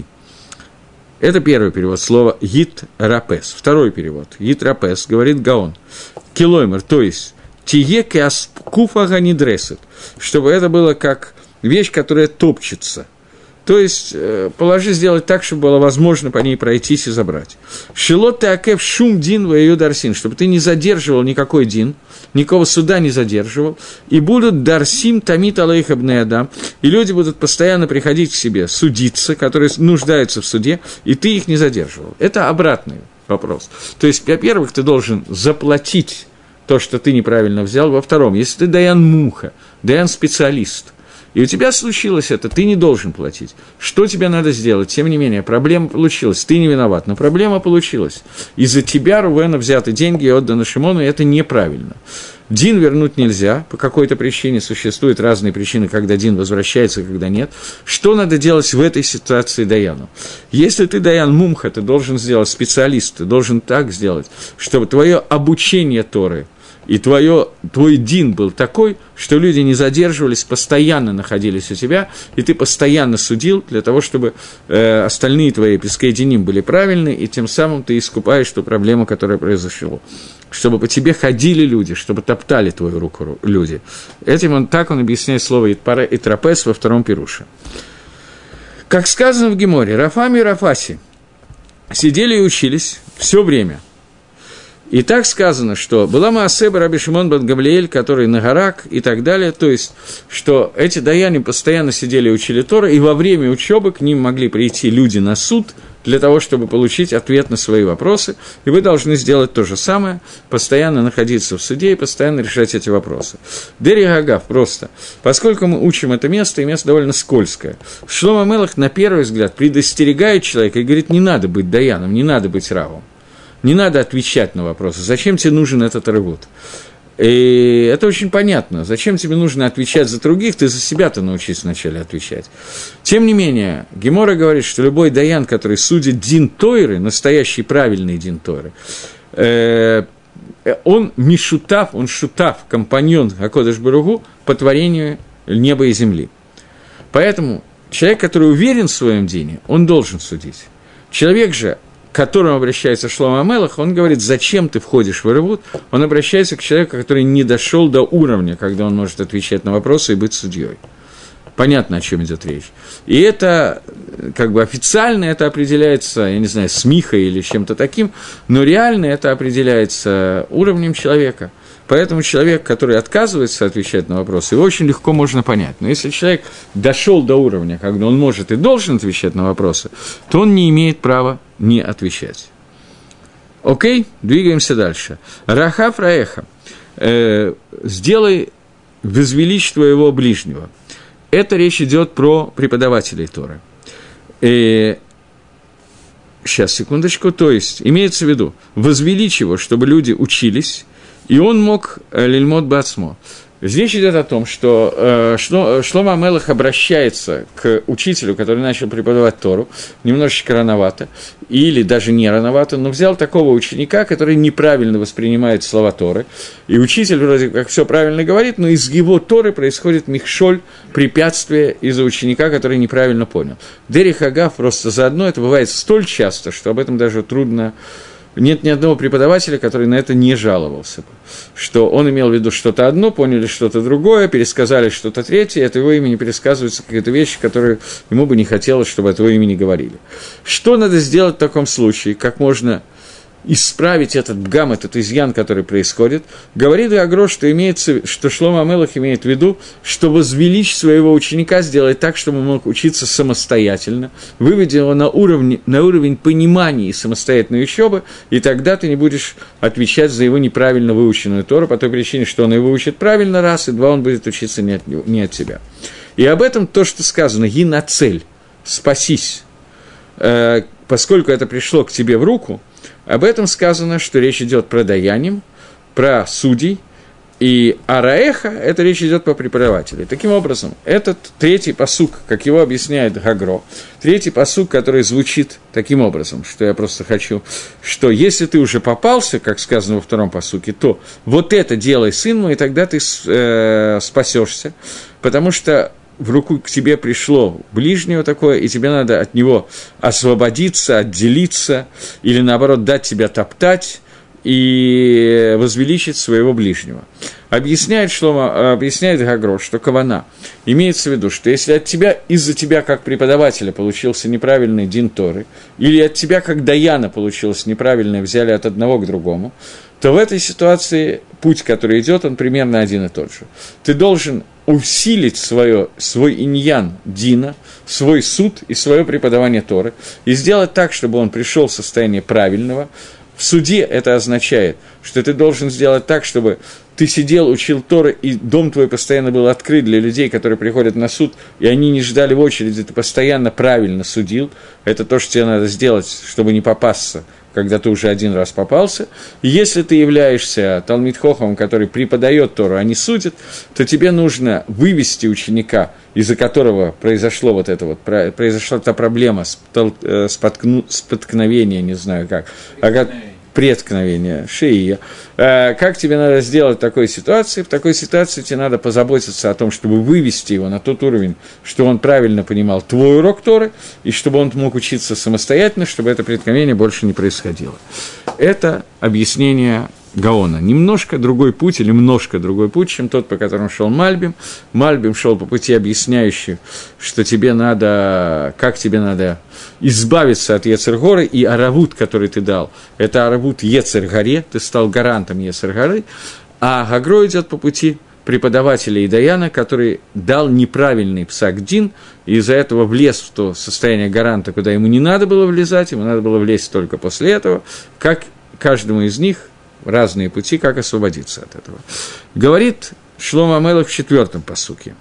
Это первый перевод слова «йит-рапес». Второй перевод «йит-рапес» говорит Гаон. Килоймер, то есть «тие кеаскуфа ганидресет», чтобы это было как вещь, которая топчется. То есть положи, сделать так, чтобы было возможно по ней пройтись и забрать. «Шилот теакев шум дин ваию дарсин», чтобы ты не задерживал никакой дин, никакого суда не задерживал, и будут дарсим тамит алейх бней адам, и люди будут постоянно приходить к себе, судиться, которые нуждаются в суде, и ты их не задерживал. Это обратный вопрос. То есть, во-первых, ты должен заплатить то, что ты неправильно взял. Во-втором, если ты даян муха, даян специалист, и у тебя случилось это, ты не должен платить. Что тебе надо сделать? Тем не менее, проблема получилась, ты не виноват, но проблема получилась. Из-за тебя Рувена взяты деньги и отданы Шимону, и это неправильно. Дин вернуть нельзя, по какой-то причине, существуют разные причины, когда Дин возвращается, когда нет. Что надо делать в этой ситуации Даяну? Если ты Даян Мумха, ты должен сделать специалист, ты должен так сделать, чтобы твое обучение Торы и твой дин был такой, что люди не задерживались, постоянно находились у тебя, и ты постоянно судил для того, чтобы остальные твои пескей диним были правильны, и тем самым ты искупаешь ту проблему, которая произошла. Чтобы по тебе ходили люди, чтобы топтали твою руку люди. Этим так он объясняет слово «итрапес» во втором пируше. Как сказано в Геморе, Рафами и Рафаси сидели и учились все время. И так сказано, что была Маасеба Раби Шимон бен Гамлиэль, который на горах и так далее, то есть, что эти даяне постоянно сидели и учили Тору, и во время учебы к ним могли прийти люди на суд для того, чтобы получить ответ на свои вопросы, и вы должны сделать то же самое, постоянно находиться в суде и постоянно решать эти вопросы. Дери Гагав просто, поскольку мы учим это место, и место довольно скользкое, Шломо ха-Мелех на первый взгляд предостерегает человека и говорит, не надо быть даяном, не надо быть равом. Не надо отвечать на вопросы. Зачем тебе нужен этот ревут? И это очень понятно. Зачем тебе нужно отвечать за других? Ты за себя-то научись вначале отвечать. Тем не менее, Гемора говорит, что любой даян, который судит дин Тойры, настоящий правильный дин Тойры, он мишутав, он шутав, компаньон Акодеш Баругу по творению неба и земли. Поэтому человек, который уверен в своем дине, он должен судить. Человек же, к которому обращается Шломо ха-Мелех, он говорит, зачем ты входишь в ревут, он обращается к человеку, который не дошел до уровня, когда он может отвечать на вопросы и быть судьей. Понятно, о чем идет речь. И это, как бы официально это определяется, я не знаю, смихой или чем-то таким, но реально это определяется уровнем человека. Поэтому человек, который отказывается отвечать на вопросы, его очень легко можно понять. Но если человек дошел до уровня, когда он может и должен отвечать на вопросы, то он не имеет права не отвечать. Окей, двигаемся дальше. Рахав Раэха. Сделай, возвеличь твоего ближнего. Это речь идет про преподавателей Торы. Сейчас, секундочку. То есть, имеется в виду, возвеличь его, чтобы люди учились, и он мог лильмот бацмо. Здесь идет о том, что Шломо ха-Мелех обращается к учителю, который начал преподавать Тору, немножечко рановато, или даже не рановато, но взял такого ученика, который неправильно воспринимает слова Торы, и учитель вроде как все правильно говорит, но из его Торы происходит михшоль, препятствие из-за ученика, который неправильно понял. Дери Хагав просто заодно, это бывает столь часто, что об этом даже трудно нет ни одного преподавателя, который на это не жаловался бы. Что он имел в виду что-то одно, поняли что-то другое, пересказали что-то третье, от его имени пересказываются какие-то вещи, которые ему бы не хотелось, чтобы от его имени говорили. Что надо сделать в таком случае? Как можно исправить этот бгам, этот изъян, который происходит? Говорит Агро, что Шломо а-Мелех имеет в виду, что возвеличить своего ученика, сделать так, чтобы он мог учиться самостоятельно, выведя его на уровень понимания и самостоятельной учебы, и тогда ты не будешь отвечать за его неправильно выученную Тору, по той причине, что он его учит правильно раз, и два, он будет учиться не от тебя. И об этом то, что сказано, «Гинацель», «спасись», поскольку это пришло к тебе в руку, об этом сказано, что речь идет про даяним, про судей, и араэха – это речь идет по преподавателю. Таким образом, этот третий пасук, как его объясняет Гагро, третий пасук, который звучит таким образом, что я просто хочу, что если ты уже попался, как сказано во втором пасуке, то вот это делай, сын мой, и тогда ты спасешься, потому что в руку к тебе пришло ближнего такое, и тебе надо от него освободиться, отделиться, или, наоборот, дать тебя топтать и возвеличить своего ближнего. Объясняет Гагро, что кавана имеется в виду, что если от тебя, из-за тебя как преподавателя получился неправильный дин Торы, или от тебя как даяна получилось неправильное, взяли от одного к другому, то в этой ситуации путь, который идет, он примерно один и тот же. Ты должен усилить свой иньян дина, свой суд и свое преподавание Торы, и сделать так, чтобы он пришел в состояние правильного. В суде это означает, что ты должен сделать так, чтобы ты сидел, учил Торы, и дом твой постоянно был открыт для людей, которые приходят на суд, и они не ждали в очереди, ты постоянно правильно судил. Это то, что тебе надо сделать, чтобы не попасться, когда ты уже один раз попался. И если ты являешься Талмид Хохамом, который преподает Тору, а не судит, то тебе нужно вывести ученика, из-за которого произошла эта проблема, споткновение, не знаю как, преткновение, шеия. Как тебе надо сделать в такой ситуации? В такой ситуации тебе надо позаботиться о том, чтобы вывести его на тот уровень, что он правильно понимал твой урок Торы, и чтобы он мог учиться самостоятельно, чтобы это преткновение больше не происходило. Это объяснение Гаона. Немножко другой путь или немножко другой путь, чем тот, по которому шел Мальбим. Мальбим шел по пути, объясняющий, что тебе надо, как тебе надо избавиться от Ецер-горы, и аравут, который ты дал, это аравут Ецер-горе, ты стал гарантом Ецер-горы, а Гагро идет по пути преподавателя и даяна, который дал неправильный псак-дин, и из-за этого влез в то состояние гаранта, куда ему не надо было влезать, ему надо было влезть только после этого, как каждому из них разные пути, как освободиться от этого. Говорит Шломо а-Мелех в 4-м пасуке.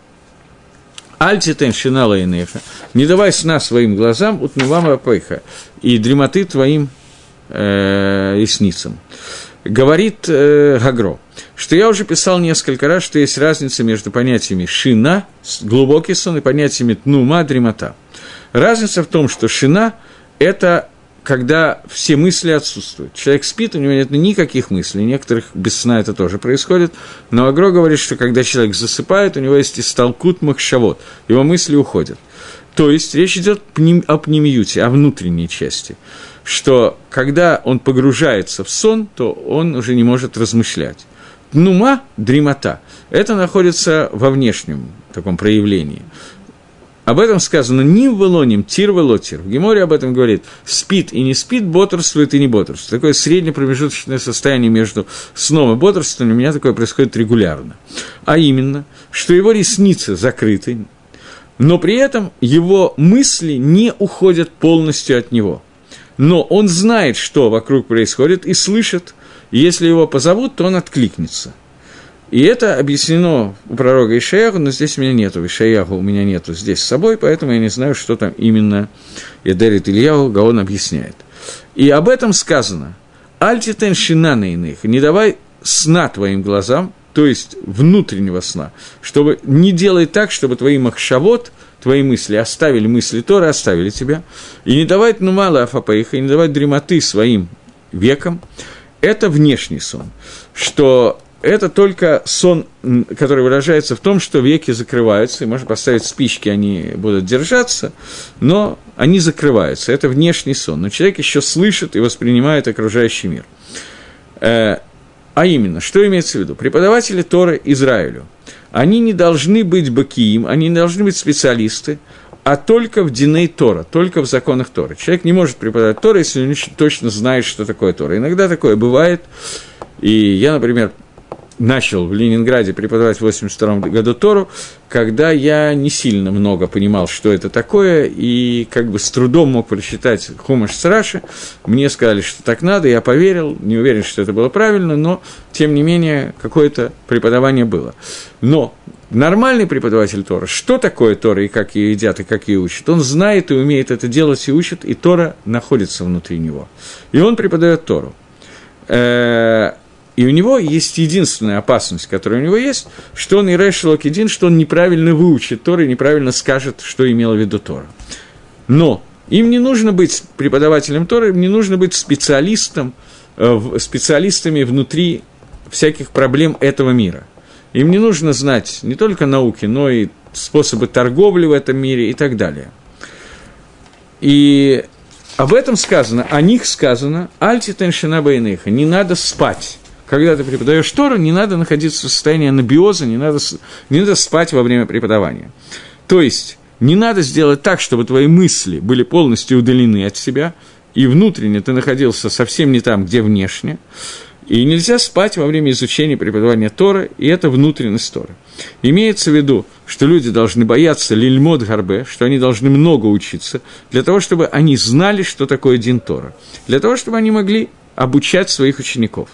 «Аль титен шина лаэнеха», «Не давай сна своим глазам, утмивам апейха», и дремоты твоим ресницам. Говорит Гагро, что я уже писал несколько раз, что есть разница между понятиями шина, глубокий сон, и понятиями тнума, дремота. Разница в том, что шина – это когда все мысли отсутствуют. Человек спит, у него нет никаких мыслей, некоторых без сна это тоже происходит, но Агро говорит, что когда человек засыпает, у него есть исталкут махшавот, его мысли уходят. То есть речь идет о пнемиюте, о внутренней части, что когда он погружается в сон, то он уже не может размышлять. Тнума, дремота, это находится во внешнем таком проявлении. Об этом сказано «ним велоним, тир велотир». В Геморе об этом говорит «спит и не спит, бодрствует и не бодрствует». Такое среднепромежуточное состояние между сном и бодрствованием у меня такое происходит регулярно. А именно, что его ресницы закрыты, но при этом его мысли не уходят полностью от него. Но он знает, что вокруг происходит, и слышит, и если его позовут, то он откликнется. И это объяснено у пророка Ишаяху, но здесь у меня нету, Ишаяху у меня нету здесь с собой, поэтому я не знаю, что там именно Эдерит Ильяху Гаон объясняет. И об этом сказано «Аль титен шина лаэнеха», «Не давай сна твоим глазам», то есть внутреннего сна, чтобы не делай так, чтобы твои махшавот, твои мысли оставили мысли Торы, оставили тебя, и не давай тнума лафапейха, и не давай дремоты своим векам. Это внешний сон, что это только сон, который выражается в том, что веки закрываются, и можно поставить спички, они будут держаться, но они закрываются. Это внешний сон. Но человек еще слышит и воспринимает окружающий мир. А именно, что имеется в виду? Преподаватели Торы Израилю, они не должны быть бакиим, они не должны быть специалисты, а только в диней Тора, только в законах Торы. Человек не может преподавать Тору, если он точно знает, что такое Тора. Иногда такое бывает. И я, например, начал в Ленинграде преподавать в 1982 году Тору, когда я не сильно много понимал, что это такое, и как бы с трудом мог прочитать Хумаш с Раши. Мне сказали, что так надо, я поверил, не уверен, что это было правильно, но, тем не менее, какое-то преподавание было. Но нормальный преподаватель Тора, что такое Тора и как ее едят, и как ее учат, он знает и умеет это делать и учит, и Тора находится внутри него. И он преподает Тору. И у него есть единственная опасность, которая у него есть, что он ирэшелок един, что он неправильно выучит Тору и неправильно скажет, что имела в виду Тора. Но им не нужно быть преподавателем Торы, им не нужно быть специалистами внутри всяких проблем этого мира. Им не нужно знать не только науки, но и способы торговли в этом мире и так далее. И об этом сказано, о них сказано, «Альти теншина бейнеха», не надо спать. Когда ты преподаешь Тору, не надо находиться в состоянии анабиоза, не надо спать во время преподавания. То есть, не надо сделать так, чтобы твои мысли были полностью удалены от себя, и внутренне ты находился совсем не там, где внешне. И нельзя спать во время изучения и преподавания Торы, и это внутренность Торы. Имеется в виду, что люди должны бояться лильмод гарбе, что они должны много учиться, для того, чтобы они знали, что такое дин Тора, для того, чтобы они могли обучать своих учеников.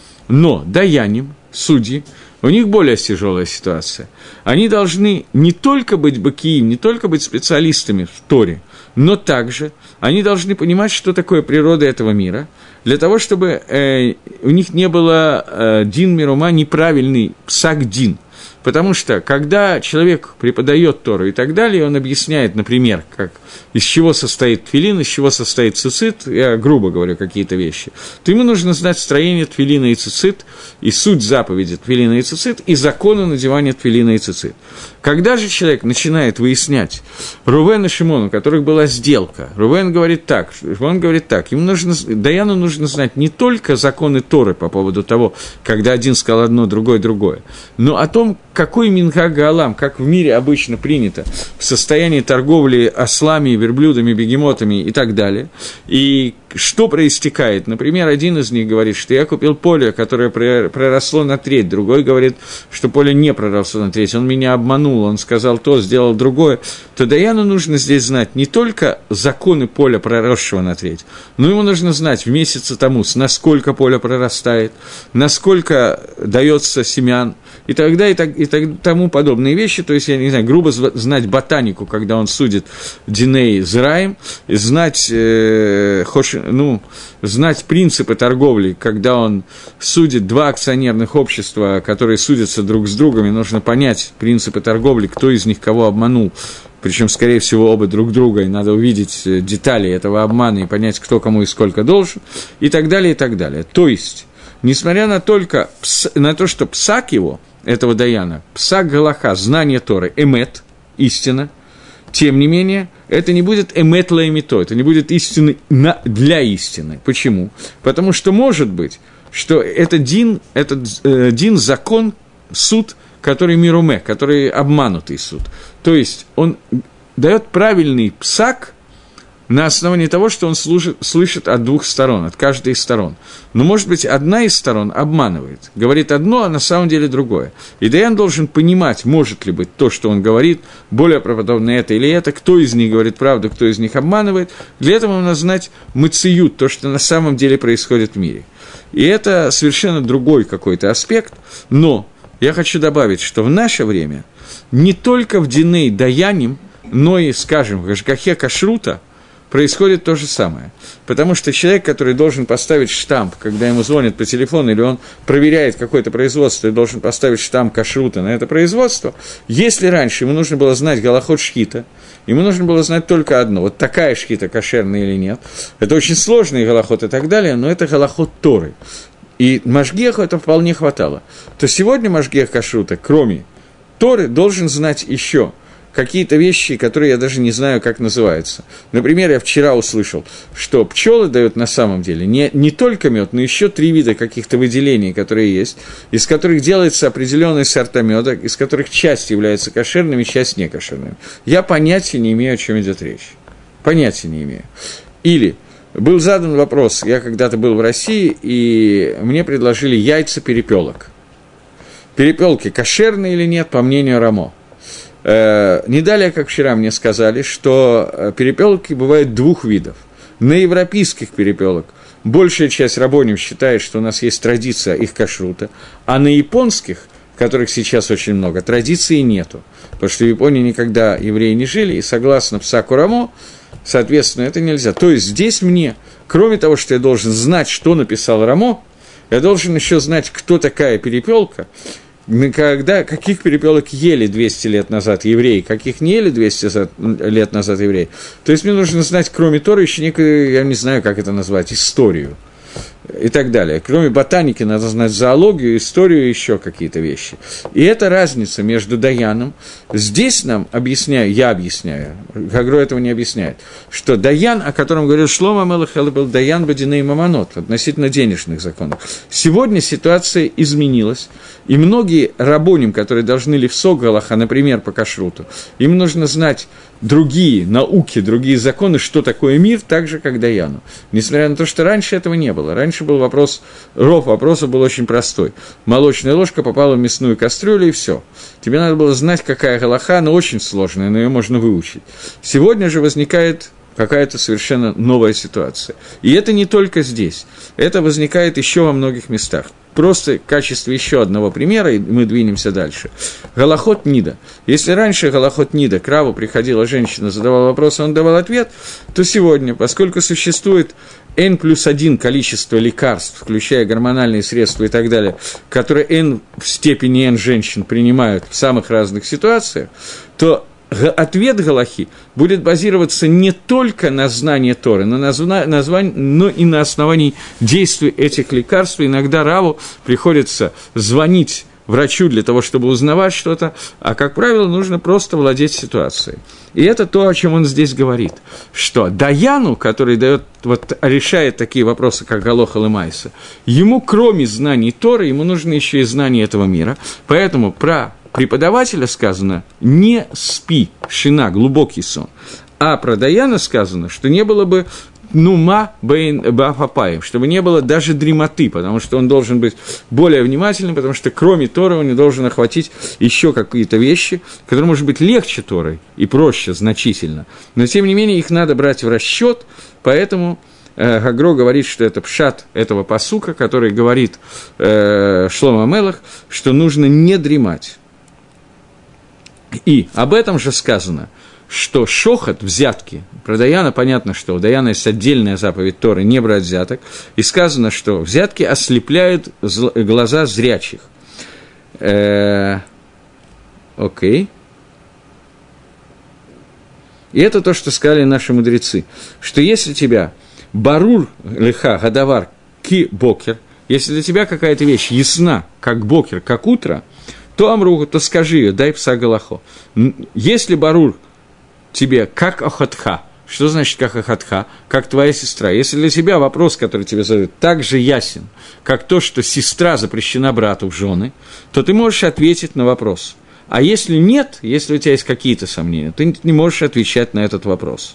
Но даяним, судьи, у них более тяжелая ситуация. Они должны не только быть бакиим, не только быть специалистами в Торе, но также они должны понимать, что такое природа этого мира, для того, чтобы у них не было дин мирума, неправильный псак-дин. Потому что, когда человек преподает Тору и так далее, он объясняет, например, как, из чего состоит тфилин, из чего состоит цицит, я грубо говорю какие-то вещи, то ему нужно знать строение тфилина и цицит, и суть заповеди тфилина и цицит, и законы надевания тфилина и цицит. Когда же человек начинает выяснять Рувен и Шимон, у которых была сделка, Рувен говорит так, Шимон говорит так, Даяну нужно знать не только законы Торы по поводу того, когда один сказал одно, другой другое, но о том, какой минхаг гаалам, как в мире обычно принято, в состоянии торговли ослами, верблюдами, бегемотами и так далее, и что проистекает. Например, один из них говорит, что я купил поле, которое проросло на треть, другой говорит, что поле не проросло на треть, он меня обманул, он сказал то, сделал другое, то Даяну нужно здесь знать не только законы поля, проросшего на треть, но ему нужно знать в месяце Тамуз, насколько поле прорастает, насколько дается семян, и тогда и тому подобные вещи, то есть, я не знаю, грубо знать ботанику, когда он судит Диней Зраим, знать, знать принципы торговли, когда он судит два акционерных общества, которые судятся друг с другом, и нужно понять принципы торговли, кто из них кого обманул, причем, скорее всего, оба друг друга, и надо увидеть детали этого обмана и понять, кто кому и сколько должен, и так далее, и так далее. То есть, несмотря на то, что псак его, этого Даяна, псак галаха, знание Торы, эмет, истина, тем не менее, это не будет эмет лаэмито, это не будет истины для истины. Почему? Потому что может быть, что это дин, закон, суд, который мируме, который обманутый суд. То есть он дает правильный псак на основании того, что он слышит от двух сторон, от каждой из сторон. Но, может быть, одна из сторон обманывает, говорит одно, а на самом деле другое. И Даян должен понимать, может ли быть то, что он говорит, более правдоподобно это или это, кто из них говорит правду, кто из них обманывает. Для этого нужно знать мациют, то, что на самом деле происходит в мире. И это совершенно другой какой-то аспект, но я хочу добавить, что в наше время не только в Диней Даяним, но и, скажем, в Ашгахе Кашрута происходит то же самое. Потому что человек, который должен поставить штамп, когда ему звонят по телефону, или он проверяет какое-то производство и должен поставить штамп кашрута на это производство, если раньше ему нужно было знать галахот шхита, ему нужно было знать только одно, вот такая шхита кошерная или нет, это очень сложный галахот и так далее, но это галахот Торы. И Машгеху это вполне хватало. То сегодня Машгех кашрута, кроме Торы, должен знать еще какие-то вещи, которые я даже не знаю, как называются. Например, я вчера услышал, что пчелы дают на самом деле не только мед, но еще 3 вида каких-то выделений, которые есть, из которых делается определенный сорта меда, из которых часть является кошерными, часть некошерными. Я понятия не имею, о чем идет речь. Понятия не имею. Или был задан вопрос, я когда-то был в России, и мне предложили яйца перепелок. Перепелки кошерные или нет, по мнению Рамо. Не далее, как вчера мне сказали, что перепелки бывают 2 видов. На европейских перепелок большая часть рабоним считает, что у нас есть традиция их кашрута, а на японских, которых сейчас очень много, традиции нету. Потому что в Японии никогда евреи не жили, и согласно Псаку Рамо, соответственно, это нельзя. То есть здесь мне, кроме того, что я должен знать, что написал Рамо, я должен еще знать, кто такая перепелка, каких перепелок ели 200 лет назад евреи, каких не ели 200 лет назад евреи. То есть мне нужно знать, кроме Торы, еще некую, я не знаю, как это назвать, историю и так далее. Кроме ботаники, надо знать зоологию, историю и еще какие-то вещи. И это разница между Даяном. Здесь нам я объясняю, Гагро этого не объясняет, что Даян, о котором говорил Шломо Амелех, это был Даян Бадиней Мамонот, относительно денежных законов. Сегодня ситуация изменилась, и многие рабоним, которые должны лифсок галаха, например, по кашруту, им нужно знать другие науки, другие законы, что такое мир, так же, как Даяну. Несмотря на то, что раньше этого не было. Раньше был вопрос, ров вопроса был очень простой. Молочная ложка попала в мясную кастрюлю, и все. Тебе надо было знать, какая галаха, она очень сложная, но ее можно выучить. Сегодня же возникает какая-то совершенно новая ситуация. И это не только здесь. Это возникает еще во многих местах. Просто в качестве еще одного примера, и мы двинемся дальше. Галахот Нида. Если раньше Галахот Нида, к Раву приходила женщина, задавала вопрос, он давал ответ, то сегодня, поскольку существует N+1 количество лекарств, включая гормональные средства и так далее, которые N в степени N женщин принимают в самых разных ситуациях, то ответ Галахи будет базироваться не только на знании Торы, но и на основании действий этих лекарств. Иногда Раву приходится звонить врачу для того, чтобы узнавать что-то, а, как правило, нужно просто владеть ситуацией. И это то, о чем он здесь говорит, что Даяну, который решает такие вопросы, как Галоха Лемайса, ему, кроме знаний Торы, ему нужно еще и знание этого мира, поэтому про преподавателя сказано «не спи», шина, глубокий сон. А про Даяна сказано, что не было бы нума бейн бафапаем, чтобы не было даже дремоты, потому что он должен быть более внимательным, потому что кроме Торы он не должен охватить еще какие-то вещи, которые, может быть, легче Торы и проще значительно, но, тем не менее, их надо брать в расчет, поэтому Гагро говорит, что это пшат этого пасука, который говорит Шломо Амелех, что нужно не дремать. И об этом же сказано, что шохот, взятки, про Даяна понятно, что у Даяна есть отдельная заповедь Торы, не брать взяток, и сказано, что взятки ослепляют глаза зрячих. Окей. И это то, что сказали наши мудрецы, что если тебя барур лиха гадавар ки бокер, если для тебя какая-то вещь ясна, как бокер, как утро, то амругу, то скажи ее, дай пса галахо. Если барур тебе как охотха, что значит как охотха, как твоя сестра, если для тебя вопрос, который тебе задают, так же ясен, как то, что сестра запрещена брату в жены, то ты можешь ответить на вопрос. А если нет, если у тебя есть какие-то сомнения, ты не можешь отвечать на этот вопрос.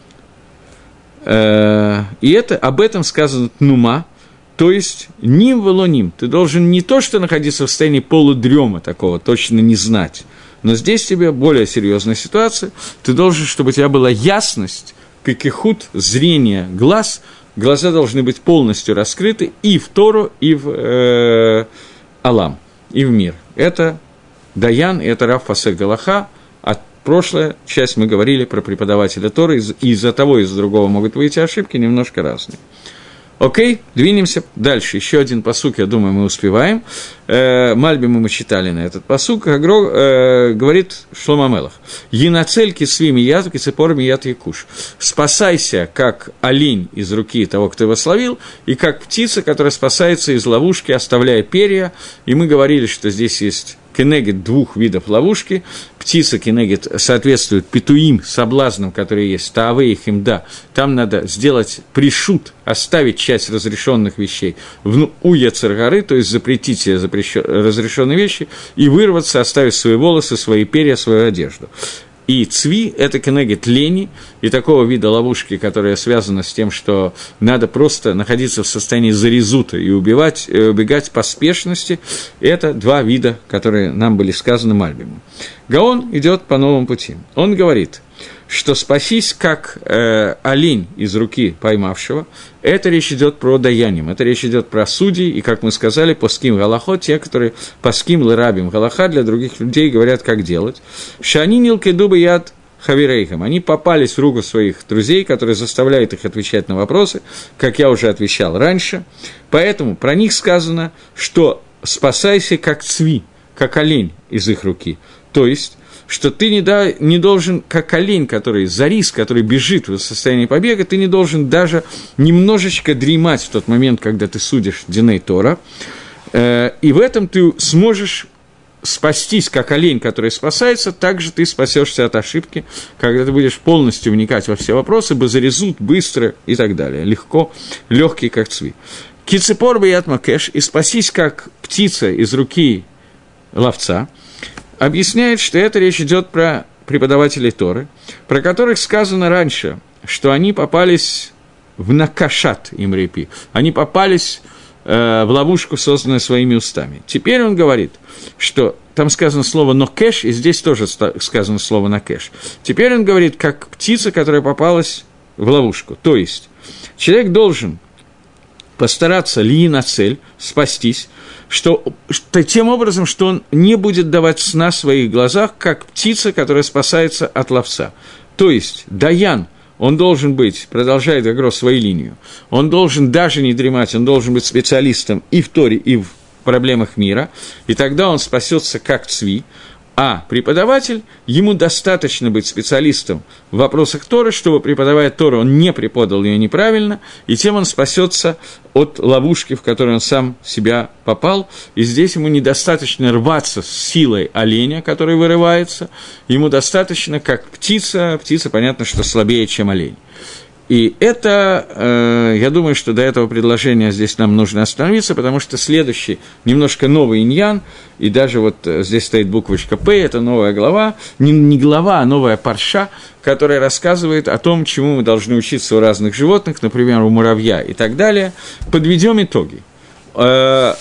И об этом сказано тнума, то есть ним велоним. Ты должен не то, что находиться в состоянии полудрема такого, точно не знать, но здесь тебе более серьезная ситуация. Ты должен, чтобы у тебя была ясность, кекихут, зрение глаз. Глаза должны быть полностью раскрыты и в Тору, и в Алам, и в мир. Это Даян, и это Рав Пасек Галаха. А прошлая часть мы говорили про преподавателя Торы. Из-за того, из-за другого могут выйти ошибки немножко разные. Окей, двинемся дальше. Еще один пасук, я думаю, мы успеваем. Мальбиму мы читали на этот пасук. Говорит Шломо Амелех. «Енацель кисви мияд, кицепор мияд якуш». «Спасайся, как олень из руки того, кто его словил, и как птица, которая спасается из ловушки, оставляя перья». И мы говорили, что здесь есть кенегет двух видов ловушки. Птица кенегет соответствует петуим, соблазнам, которые есть, тааве и химда. Там надо сделать пришут, оставить часть разрешенных вещей у Яцер-горы, то есть запретить себе разрешенные вещи, и вырваться, оставив свои волосы, свои перья, свою одежду. И цви – это кенегет лени, и такого вида ловушки, которая связана с тем, что надо просто находиться в состоянии зарезута и убегать поспешности, это два вида, которые нам были сказаны Мальбимом. Гаон идет по новому пути. Он говорит, что спасись, как олень из руки поймавшего, это речь идет про даяним, это речь идет про судей, и, как мы сказали, поским галахот, те, которые поским лырабим галаха, для других людей говорят, как делать. Шани нилки дубы яд хавирейхам, они попались в руку своих друзей, которые заставляют их отвечать на вопросы, как я уже отвечал раньше, поэтому про них сказано, что спасайся, как цви, как олень из их руки, то есть что ты не должен, как олень, который зарис, который бежит в состоянии побега, ты не должен даже немножечко дремать в тот момент, когда ты судишь Диней Тора, и в этом ты сможешь спастись, как олень, который спасается, так же ты спасешься от ошибки, когда ты будешь полностью вникать во все вопросы, базаризут, быстро и так далее, легко, легкий, как цви. Кицепор беят макеш, и спасись, как птица из руки ловца, объясняет, что это речь идет про преподавателей Торы, про которых сказано раньше, что они попались в накашат имрепи, они попались в ловушку, созданную своими устами. Теперь он говорит, что там сказано слово «нокеш», и здесь тоже сказано слово «накеш». Теперь он говорит, как птица, которая попалась в ловушку. То есть человек должен постараться ли на цель, спастись, что тем образом, что он не будет давать сна в своих глазах, как птица, которая спасается от ловца. То есть даян, он должен быть, продолжает Гагро свою линию, он должен даже не дремать, он должен быть специалистом и в Торе, и в проблемах мира, и тогда он спасется как цви. А преподаватель, ему достаточно быть специалистом в вопросах Торы, чтобы, преподавая Тору, он не преподал ее неправильно, и тем он спасется от ловушки, в которую он сам себя попал. И здесь ему недостаточно рваться с силой оленя, который вырывается, ему достаточно, как птица, понятно, что слабее, чем олень. И это, я думаю, что до этого предложения здесь нам нужно остановиться, потому что следующий, немножко новый иньян, и даже вот здесь стоит буквочка «П», это новая глава, не глава, а новая парша, которая рассказывает о том, чему мы должны учиться у разных животных, например, у муравья и так далее. Подведем итоги. Гагро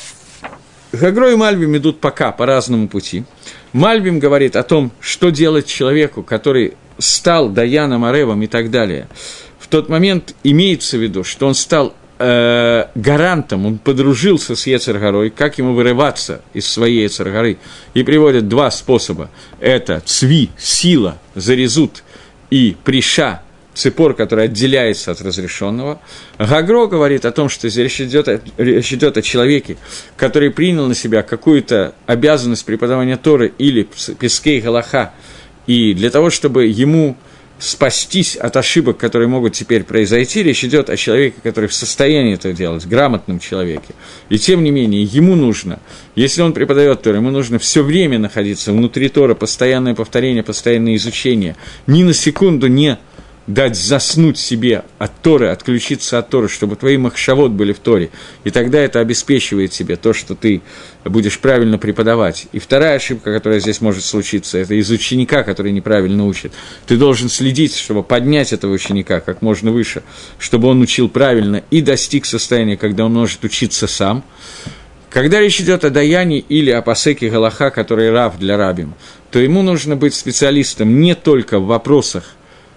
и Мальбим идут пока по разному пути. Мальбим говорит о том, что делать человеку, который стал Даяном, Аревом и так далее. В тот момент имеется в виду, что он стал гарантом, он подружился с Ецер-горой, как ему вырываться из своей Ецер-горы, и приводят два способа. Это цви, сила, зарезут, и приша, цепор, который отделяется от разрешенного. Гагро говорит о том, что здесь речь идет о человеке, который принял на себя какую-то обязанность преподавания Торы или пескей галаха, и для того, чтобы ему спастись от ошибок, которые могут теперь произойти, речь идет о человеке, который в состоянии это делать, грамотном человеке. И тем не менее, ему нужно, если он преподает Тору, ему нужно все время находиться внутри Тора, постоянное повторение, постоянное изучение, ни на секунду не дать заснуть себе от Торы, отключиться от Торы, чтобы твои махшавот были в Торе, и тогда это обеспечивает тебе то, что ты будешь правильно преподавать. И вторая ошибка, которая здесь может случиться, это из ученика, который неправильно учит. Ты должен следить, чтобы поднять этого ученика как можно выше, чтобы он учил правильно и достиг состояния, когда он может учиться сам. Когда речь идет о даяне или о пасеке галаха, который рав для рабим, то ему нужно быть специалистом не только в вопросах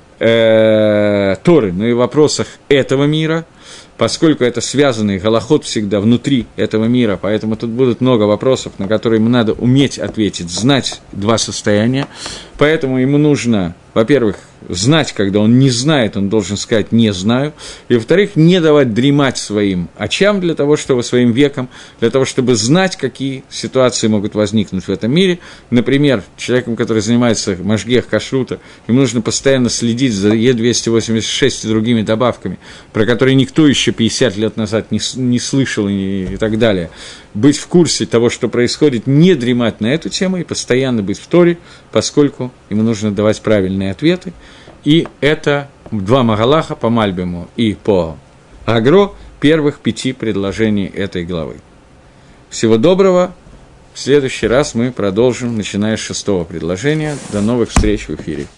Торы, но и в вопросах этого мира, поскольку это связанный галахот всегда внутри этого мира, поэтому тут будут много вопросов, на которые ему надо уметь ответить, знать два состояния, поэтому ему нужно, во-первых, знать, когда он не знает, он должен сказать «не знаю», и, во-вторых, не давать дремать своим очам для того, чтобы своим векам, для того, чтобы знать, какие ситуации могут возникнуть в этом мире. Например, человеком, который занимается машгех кашрута, ему нужно постоянно следить за Е286 и другими добавками, про которые никто еще 50 лет назад не слышал и так далее. Быть в курсе того, что происходит, не дремать на эту тему и постоянно быть в Торе, поскольку ему нужно давать правильные ответы. И это два Магалаха по Мальбиму и по Агро первых 5 предложений этой главы. Всего доброго. В следующий раз мы продолжим, начиная с 6-го предложения. До новых встреч в эфире.